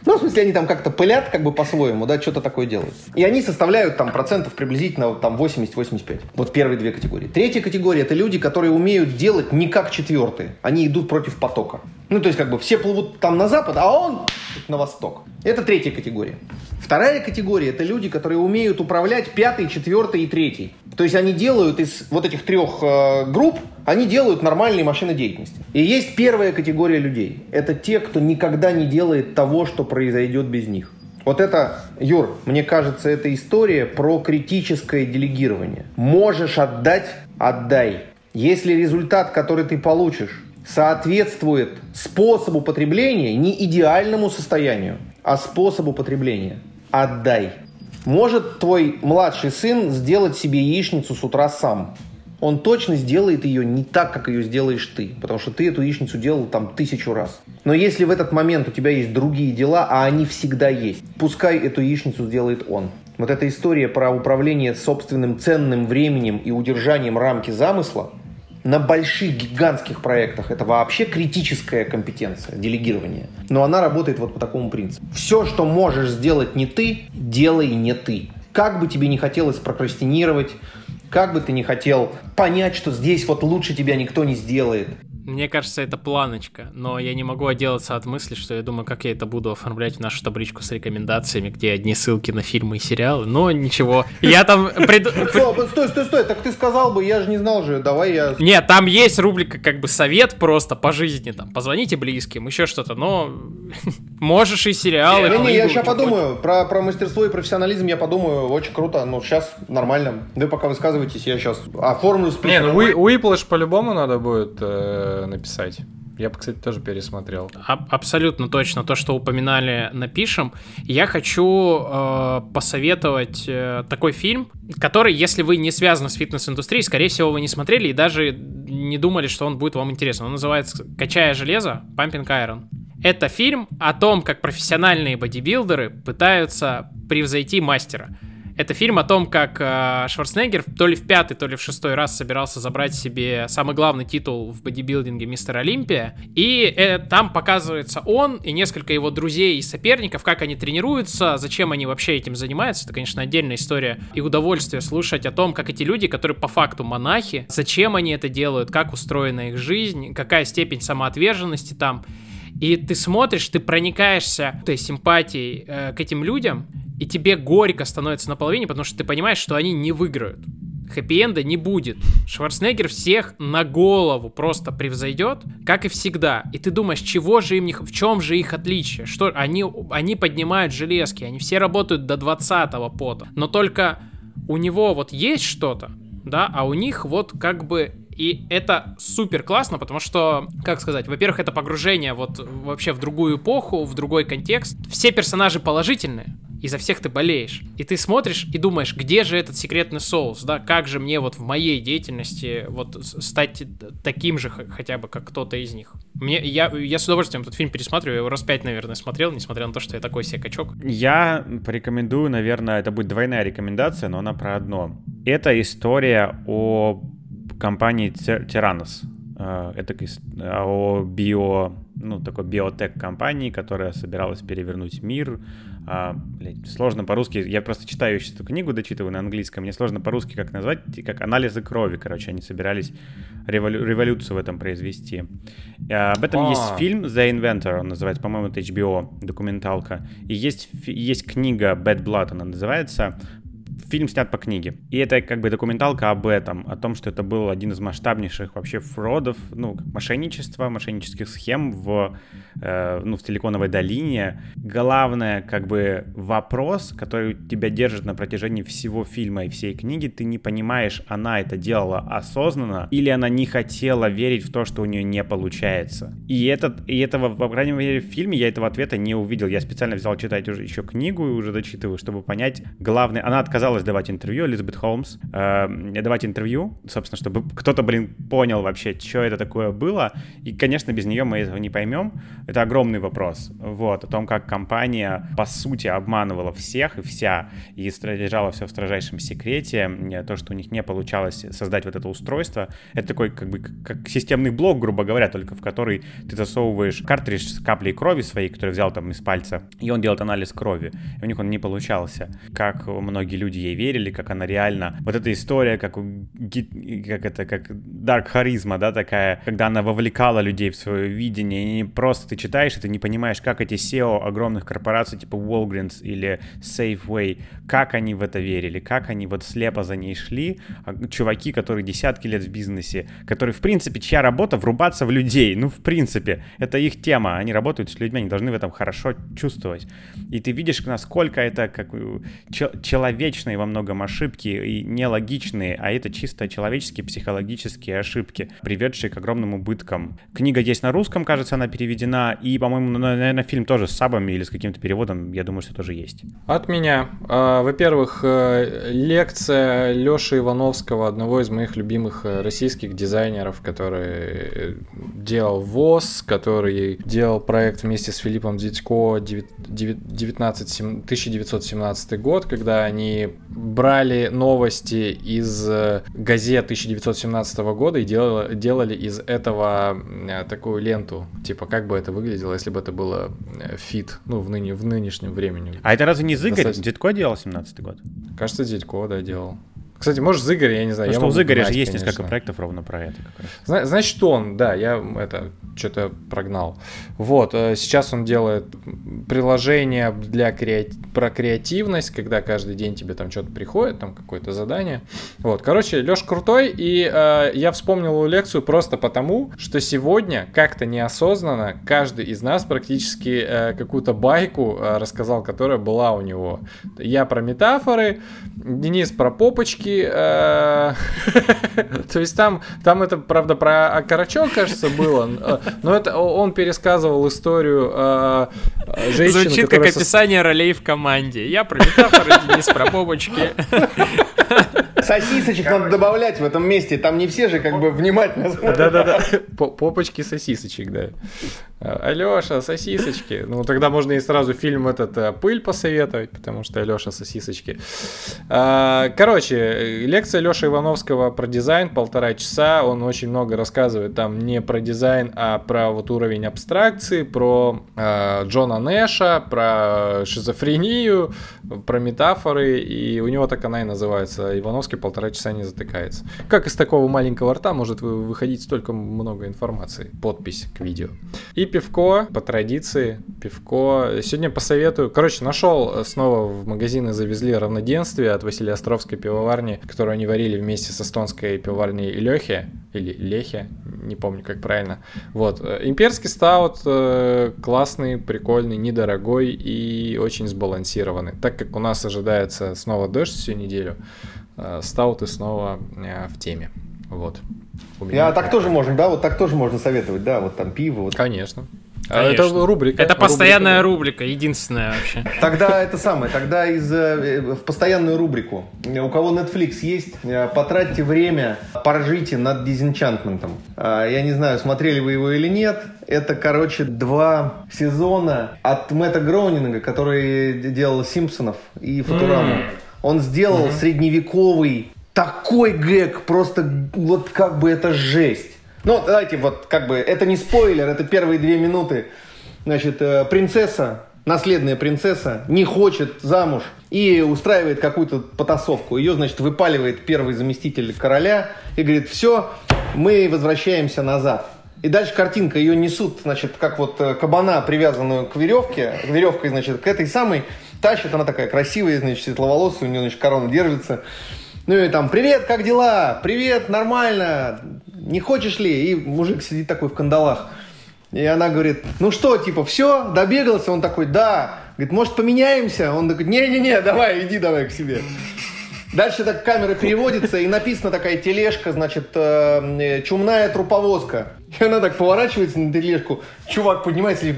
Ну, в смысле, они там как-то пылят, как бы по-своему, да, что-то такое делают. И они составляют там процентов приблизительно там 80-85. Вот первые две категории. Третья категория — это люди, которые умеют делать не как четвертые. Они идут против потока. Ну, то есть, как бы все плывут там на запад, а он на восток. Это третья категория. Вторая категория — это люди, которые умеют управлять пятой, четвертой и третьей. То есть они делают из вот этих трех групп, они делают нормальные машины деятельности. И есть первая категория людей. Это те, кто никогда не делает того, что произойдет без них. Вот это, Юр, мне кажется, это история про критическое делегирование. Можешь отдать — отдай. Если результат, который ты получишь, соответствует способу потребления, не идеальному состоянию, а способу потребления, отдай. Может твой младший сын сделать себе яичницу с утра сам. Он точно сделает ее не так, как ее сделаешь ты, потому что ты эту яичницу делал там 1000 раз. Но если в этот момент у тебя есть другие дела, а они всегда есть, пускай эту яичницу сделает он. Вот эта история про управление собственным ценным временем и удержанием рамки замысла на больших гигантских проектах — это вообще критическая компетенция, делегирование. Но она работает вот по такому принципу. Все, что можешь сделать не ты, делай не ты. Как бы тебе не хотелось прокрастинировать, как бы ты не хотел понять, что здесь вот лучше тебя никто не сделает. Мне кажется, это планочка, но я не могу отделаться от мысли, что я думаю, как я это буду оформлять в нашу табличку с рекомендациями, где одни ссылки на фильмы и сериалы, но ничего. Я там... Стой, так ты сказал бы, я же не знал же, давай я... Нет, там есть рубрика как бы совет просто по жизни, там, позвоните близким, еще что-то, но можешь и сериалы. Не, я сейчас подумаю, про мастерство и профессионализм я подумаю, очень круто, но сейчас нормально. Вы пока высказываетесь, я сейчас оформлю список. Не, ну Whiplash по-любому надо будет написать. Я бы, кстати, тоже пересмотрел. Абсолютно точно. То, что упоминали, напишем. Я хочу посоветовать такой фильм, который, если вы не связаны с фитнес-индустрией, скорее всего, вы не смотрели и даже не думали, что он будет вам интересен. Он называется «Качая железо», Pumping Iron. Это фильм о том, как профессиональные бодибилдеры пытаются превзойти мастера. Это фильм о том, как Шварценеггер то ли в 5-й, то ли в 6-й раз собирался забрать себе самый главный титул в бодибилдинге «Мистер Олимпия». И там показывается он и несколько его друзей и соперников, как они тренируются, зачем они вообще этим занимаются. Это, конечно, отдельная история и удовольствие слушать о том, как эти люди, которые по факту монахи, зачем они это делают, как устроена их жизнь, какая степень самоотверженности там. И ты смотришь, ты проникаешься этой симпатией к этим людям, и тебе горько становится наполовине, потому что ты понимаешь, что они не выиграют. Хэппи-энда не будет. Шварценеггер всех на голову просто превзойдет, как и всегда. И ты думаешь, чего же им в чем же их отличие? Что они поднимают железки, они все работают до 20-го пота. Но только у него вот есть что-то, да, а у них вот как бы... И это супер классно, потому что, как сказать, во-первых, это погружение вот вообще в другую эпоху, в другой контекст. Все персонажи положительные, и за всех ты болеешь. И ты смотришь и думаешь, где же этот секретный соус, да, как же мне вот в моей деятельности вот стать таким же хотя бы, как кто-то из них. Я с удовольствием этот фильм пересматриваю, я его раз 5, наверное, смотрел, несмотря на то, что я такой себе качок. Я порекомендую, наверное, это будет двойная рекомендация, но она про одно. Это история о компании Theranos. Это о такой биотек-компании, которая собиралась перевернуть мир. Сложно по-русски, я просто читаю сейчас эту книгу, дочитываю на английском, мне сложно по-русски как назвать, как анализы крови, короче, они собирались революцию в этом произвести. Об этом есть фильм The Inventor, он называется, по-моему, это HBO, документалка, и есть книга Bad Blood, она называется. Фильм снят по книге. И это как бы документалка об этом, о том, что это был один из масштабнейших вообще фродов, мошеннических схем в Силиконовой долине. Главное, как бы, вопрос, который тебя держит на протяжении всего фильма и всей книги, ты не понимаешь, она это делала осознанно или она не хотела верить в то, что у нее не получается. И этого, по крайней мере, в фильме я этого ответа не увидел. Я специально взял читать уже еще книгу и уже дочитываю, чтобы понять главное. Она отказалась давать интервью, Элизабет Холмс, давать интервью, собственно, чтобы кто-то, понял вообще, что это такое было. И, конечно, без нее мы этого не поймем. Это огромный вопрос. Вот, о том, как компания, по сути, обманывала всех и вся, и держала все в строжайшем секрете. То, что у них не получалось создать вот это устройство, это такой, как системный блок, грубо говоря, только в который ты засовываешь картридж с каплей крови своей, который взял там из пальца, и он делает анализ крови. И у них он не получался. Как многие люди ей верили, как она реально... Вот эта история, как Dark Charisma, да, такая, когда она вовлекала людей в свое видение, и не просто ты читаешь, и ты не понимаешь, как эти SEO огромных корпораций, типа Walgreens или Safeway, как они в это верили, как они вот слепо за ней шли. Чуваки, которые десятки лет в бизнесе, которые, в принципе, чья работа врубаться в людей, ну, в принципе, это их тема, они работают с людьми, они должны в этом хорошо чувствовать. И ты видишь, насколько это как человечные во многом ошибки и нелогичные, а это чисто человеческие психологические ошибки, приведшие к огромным убыткам. Книга есть на русском, кажется, она переведена, и, по-моему, наверное, фильм тоже с сабами или с каким-то переводом, я думаю, что тоже есть. От меня. Во-первых, лекция Лёши Ивановского, одного из моих любимых российских дизайнеров, который делал ВОЗ, который делал проект вместе с Филиппом Дзитько 1917 год, когда они брали новости из газет 1917 года и делали из этого такую ленту. Типа, как бы это выглядело, если бы это было фит, ну, в нынешнем времени. А это разве не Зыгорь? Дзитько делал 17-й год? Кажется, Дзитько, да, делал. Кстати, может, Зыгорь, я не знаю. Потому что у Зыгоря же есть конечно. несколько проектов ровно про это. Как раз. Значит, он, да, я это что-то прогнал. Вот, сейчас он делает приложение про креативность, когда каждый день тебе там что-то приходит, там какое-то задание. Вот, короче, Лёш крутой, и я вспомнил его лекцию просто потому, что сегодня как-то неосознанно каждый из нас практически какую-то байку рассказал, которая была у него. Я про метафоры, Денис про попочки. То есть там это, правда, про окорочок, кажется, было, но это он пересказывал историю женщины, звучит как описание ролей в команде. Я про метафоры, Денис про попочки. Сосисочек надо добавлять в этом месте, там не все же как бы внимательно смотрят. Да-да-да, попочки сосисочек, да. Алёша, сосисочки. Ну, тогда можно и сразу фильм этот «Пыль» посоветовать, потому что Алёша, сосисочки. Короче, лекция Лёши Ивановского про дизайн 1,5 часа. Он очень много рассказывает там не про дизайн, а про вот уровень абстракции, про Джона Нэша, про шизофрению, про метафоры. И у него так она и называется. Ивановский 1,5 часа не затыкается. Как из такого маленького рта может выходить столько много информации? Подпись к видео. И пивко, по традиции, пивко. Сегодня посоветую. Короче, нашел снова в магазины, завезли равноденствие от Василиостровской пивоварни, которую они варили вместе с эстонской пивоварней Лехе, или Лехе, не помню, как правильно. Вот. Имперский стаут классный, прикольный, недорогой и очень сбалансированный. Так как у нас ожидается снова дождь всю неделю, стауты снова в теме. Вот. Так тоже можно, да? Вот так тоже можно советовать, да? Вот там пиво. Вот. Конечно. Конечно. Это рубрика. Это постоянная рубрика, единственная вообще. Тогда в постоянную рубрику. У кого Netflix есть, потратьте время, поржите над Дизенчантментом. Я не знаю, смотрели вы его или нет. Это, 2 сезона от Мэтта Гроунинга, который делал «Симпсонов» и «Футураму». Он сделал средневековый такой гэг, просто вот как бы это жесть. Ну, давайте вот как бы, это не спойлер, это первые 2 минуты. Значит, наследная принцесса, не хочет замуж и устраивает какую-то потасовку. Ее, значит, выпаливает первый заместитель короля и говорит: все, мы возвращаемся назад. И дальше картинка, ее несут, значит, как вот кабана, привязанную к веревке. Веревкой, значит, к этой самой тащит, она такая красивая, значит, светловолосая, у нее, значит, корона держится. Ну и там: привет, как дела? Привет, нормально. Не хочешь ли? И мужик сидит такой в кандалах. И она говорит: ну что, типа, все, добегался? Он такой: да. Говорит: может, поменяемся? Он такой: не-не-не, давай, иди давай к себе. Дальше так камера переводится, и написана такая тележка, значит, чумная труповозка. И она так поворачивается на тележку. Чувак поднимается и говорит: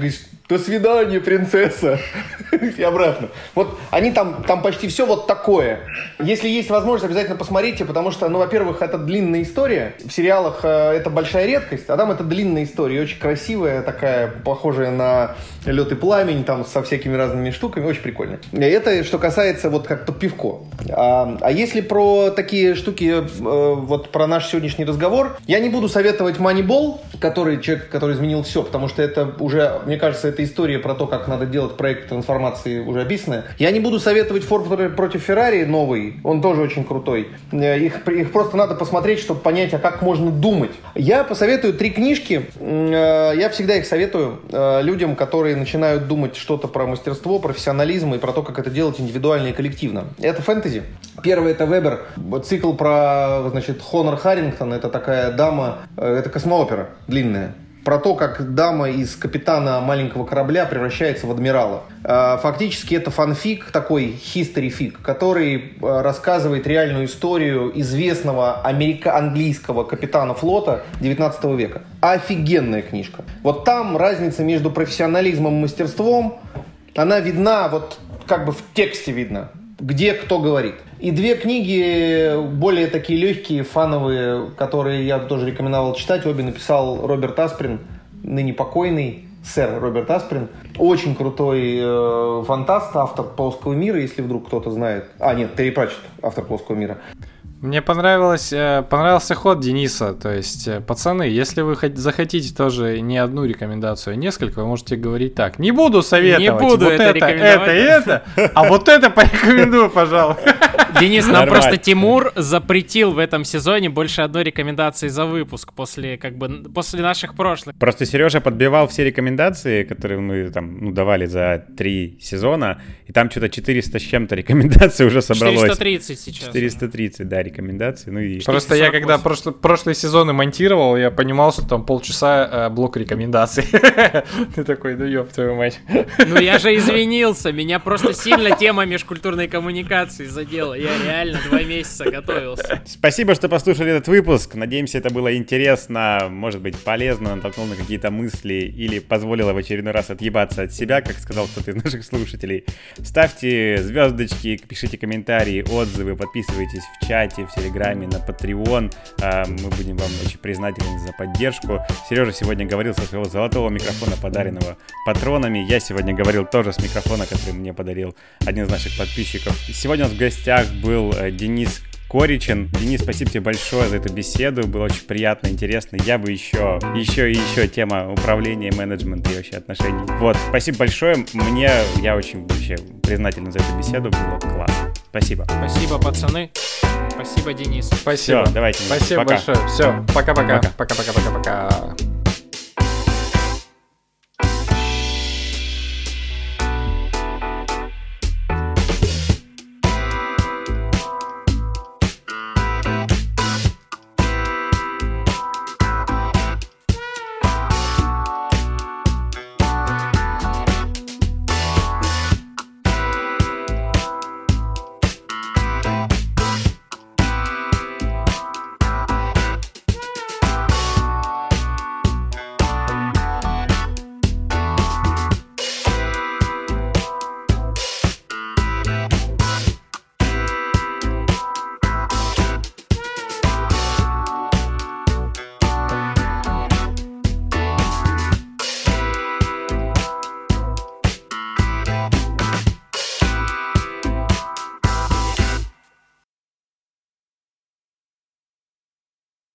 До свидания, принцесса. И обратно. Вот они там почти все вот такое. Если есть возможность, обязательно посмотрите, потому что, ну, во-первых, это длинная история. В сериалах это большая редкость, а там это длинная история. Очень красивая, такая, похожая на «Лед и пламень», там, со всякими разными штуками. Очень прикольно. Это что касается вот как под пивко. А если про такие штуки, вот про наш сегодняшний разговор, я не буду советовать Moneyball, человек, который изменил все, потому что это уже, мне кажется, это история про то, как надо делать проект трансформации уже описанная. Я не буду советовать Ford против Ferrari новый, он тоже очень крутой. Их просто надо посмотреть, чтобы понять, а как можно думать. Я посоветую 3 книжки. Я всегда их советую людям, которые начинают думать что-то про мастерство, профессионализм и про то, как это делать индивидуально и коллективно. Это фэнтези. Первый — это Вебер. Цикл про, значит, Хонор Харрингтон. Это такая дама, это космоопера длинная. Про то, как дама из капитана маленького корабля превращается в адмирала. Фактически это фанфик, такой history-фик, который рассказывает реальную историю известного английского капитана флота 19 века. Офигенная книжка. Вот там разница между профессионализмом и мастерством, она видна, вот как бы в тексте видно, где кто говорит. И 2 книги, более такие легкие, фановые, которые я тоже рекомендовал читать. Обе написал Роберт Асприн, ныне покойный сэр Роберт Асприн. Очень крутой фантаст, автор «Плоского мира», если вдруг кто-то знает. Нет, Терри Пратчетт, автор «Плоского мира». Мне понравился ход Дениса. То есть, пацаны, если вы захотите тоже не одну рекомендацию, а несколько, вы можете говорить так: не буду советовать, не буду вот это, а вот это порекомендую, пожалуй. Денис, нам просто Тимур запретил в этом сезоне больше одной рекомендации за выпуск после наших прошлых. Просто Сережа подбивал все рекомендации, которые мы там давали за 3 сезона, и там что-то 400 с чем-то рекомендаций уже собралось. 430 сейчас. 430, да, рекомендаций. Ну и... Просто я когда прошлые сезоны монтировал, я понимал, что там полчаса блок рекомендаций. Ты такой, ну ёб твою мать. Ну я же извинился, меня просто сильно тема межкультурной коммуникации задела. Я реально 2 месяца готовился. Спасибо, что послушали этот выпуск. Надеемся, это было интересно, может быть, полезно, натолкнуло на какие-то мысли или позволило в очередной раз отъебаться от себя, как сказал кто-то из наших слушателей. Ставьте звездочки, пишите комментарии, отзывы, подписывайтесь в чате, в Телеграме, на Patreon. Мы будем вам очень признательны за поддержку. Сережа сегодня говорил со своего золотого микрофона, подаренного патронами. Я сегодня говорил тоже с микрофона, который мне подарил один из наших подписчиков. Сегодня у нас в гостях был Денис Коричин. Денис, спасибо тебе большое за эту беседу. Было очень приятно, интересно. Я бы еще тема управления, менеджмента и вообще отношений. Вот, спасибо большое. Я очень вообще признателен за эту беседу. Было классно. Спасибо. Спасибо, пацаны. Спасибо, Денис. Спасибо. Все, давайте. Спасибо пока. большое. Все, пока-пока. Пока-пока-пока-пока.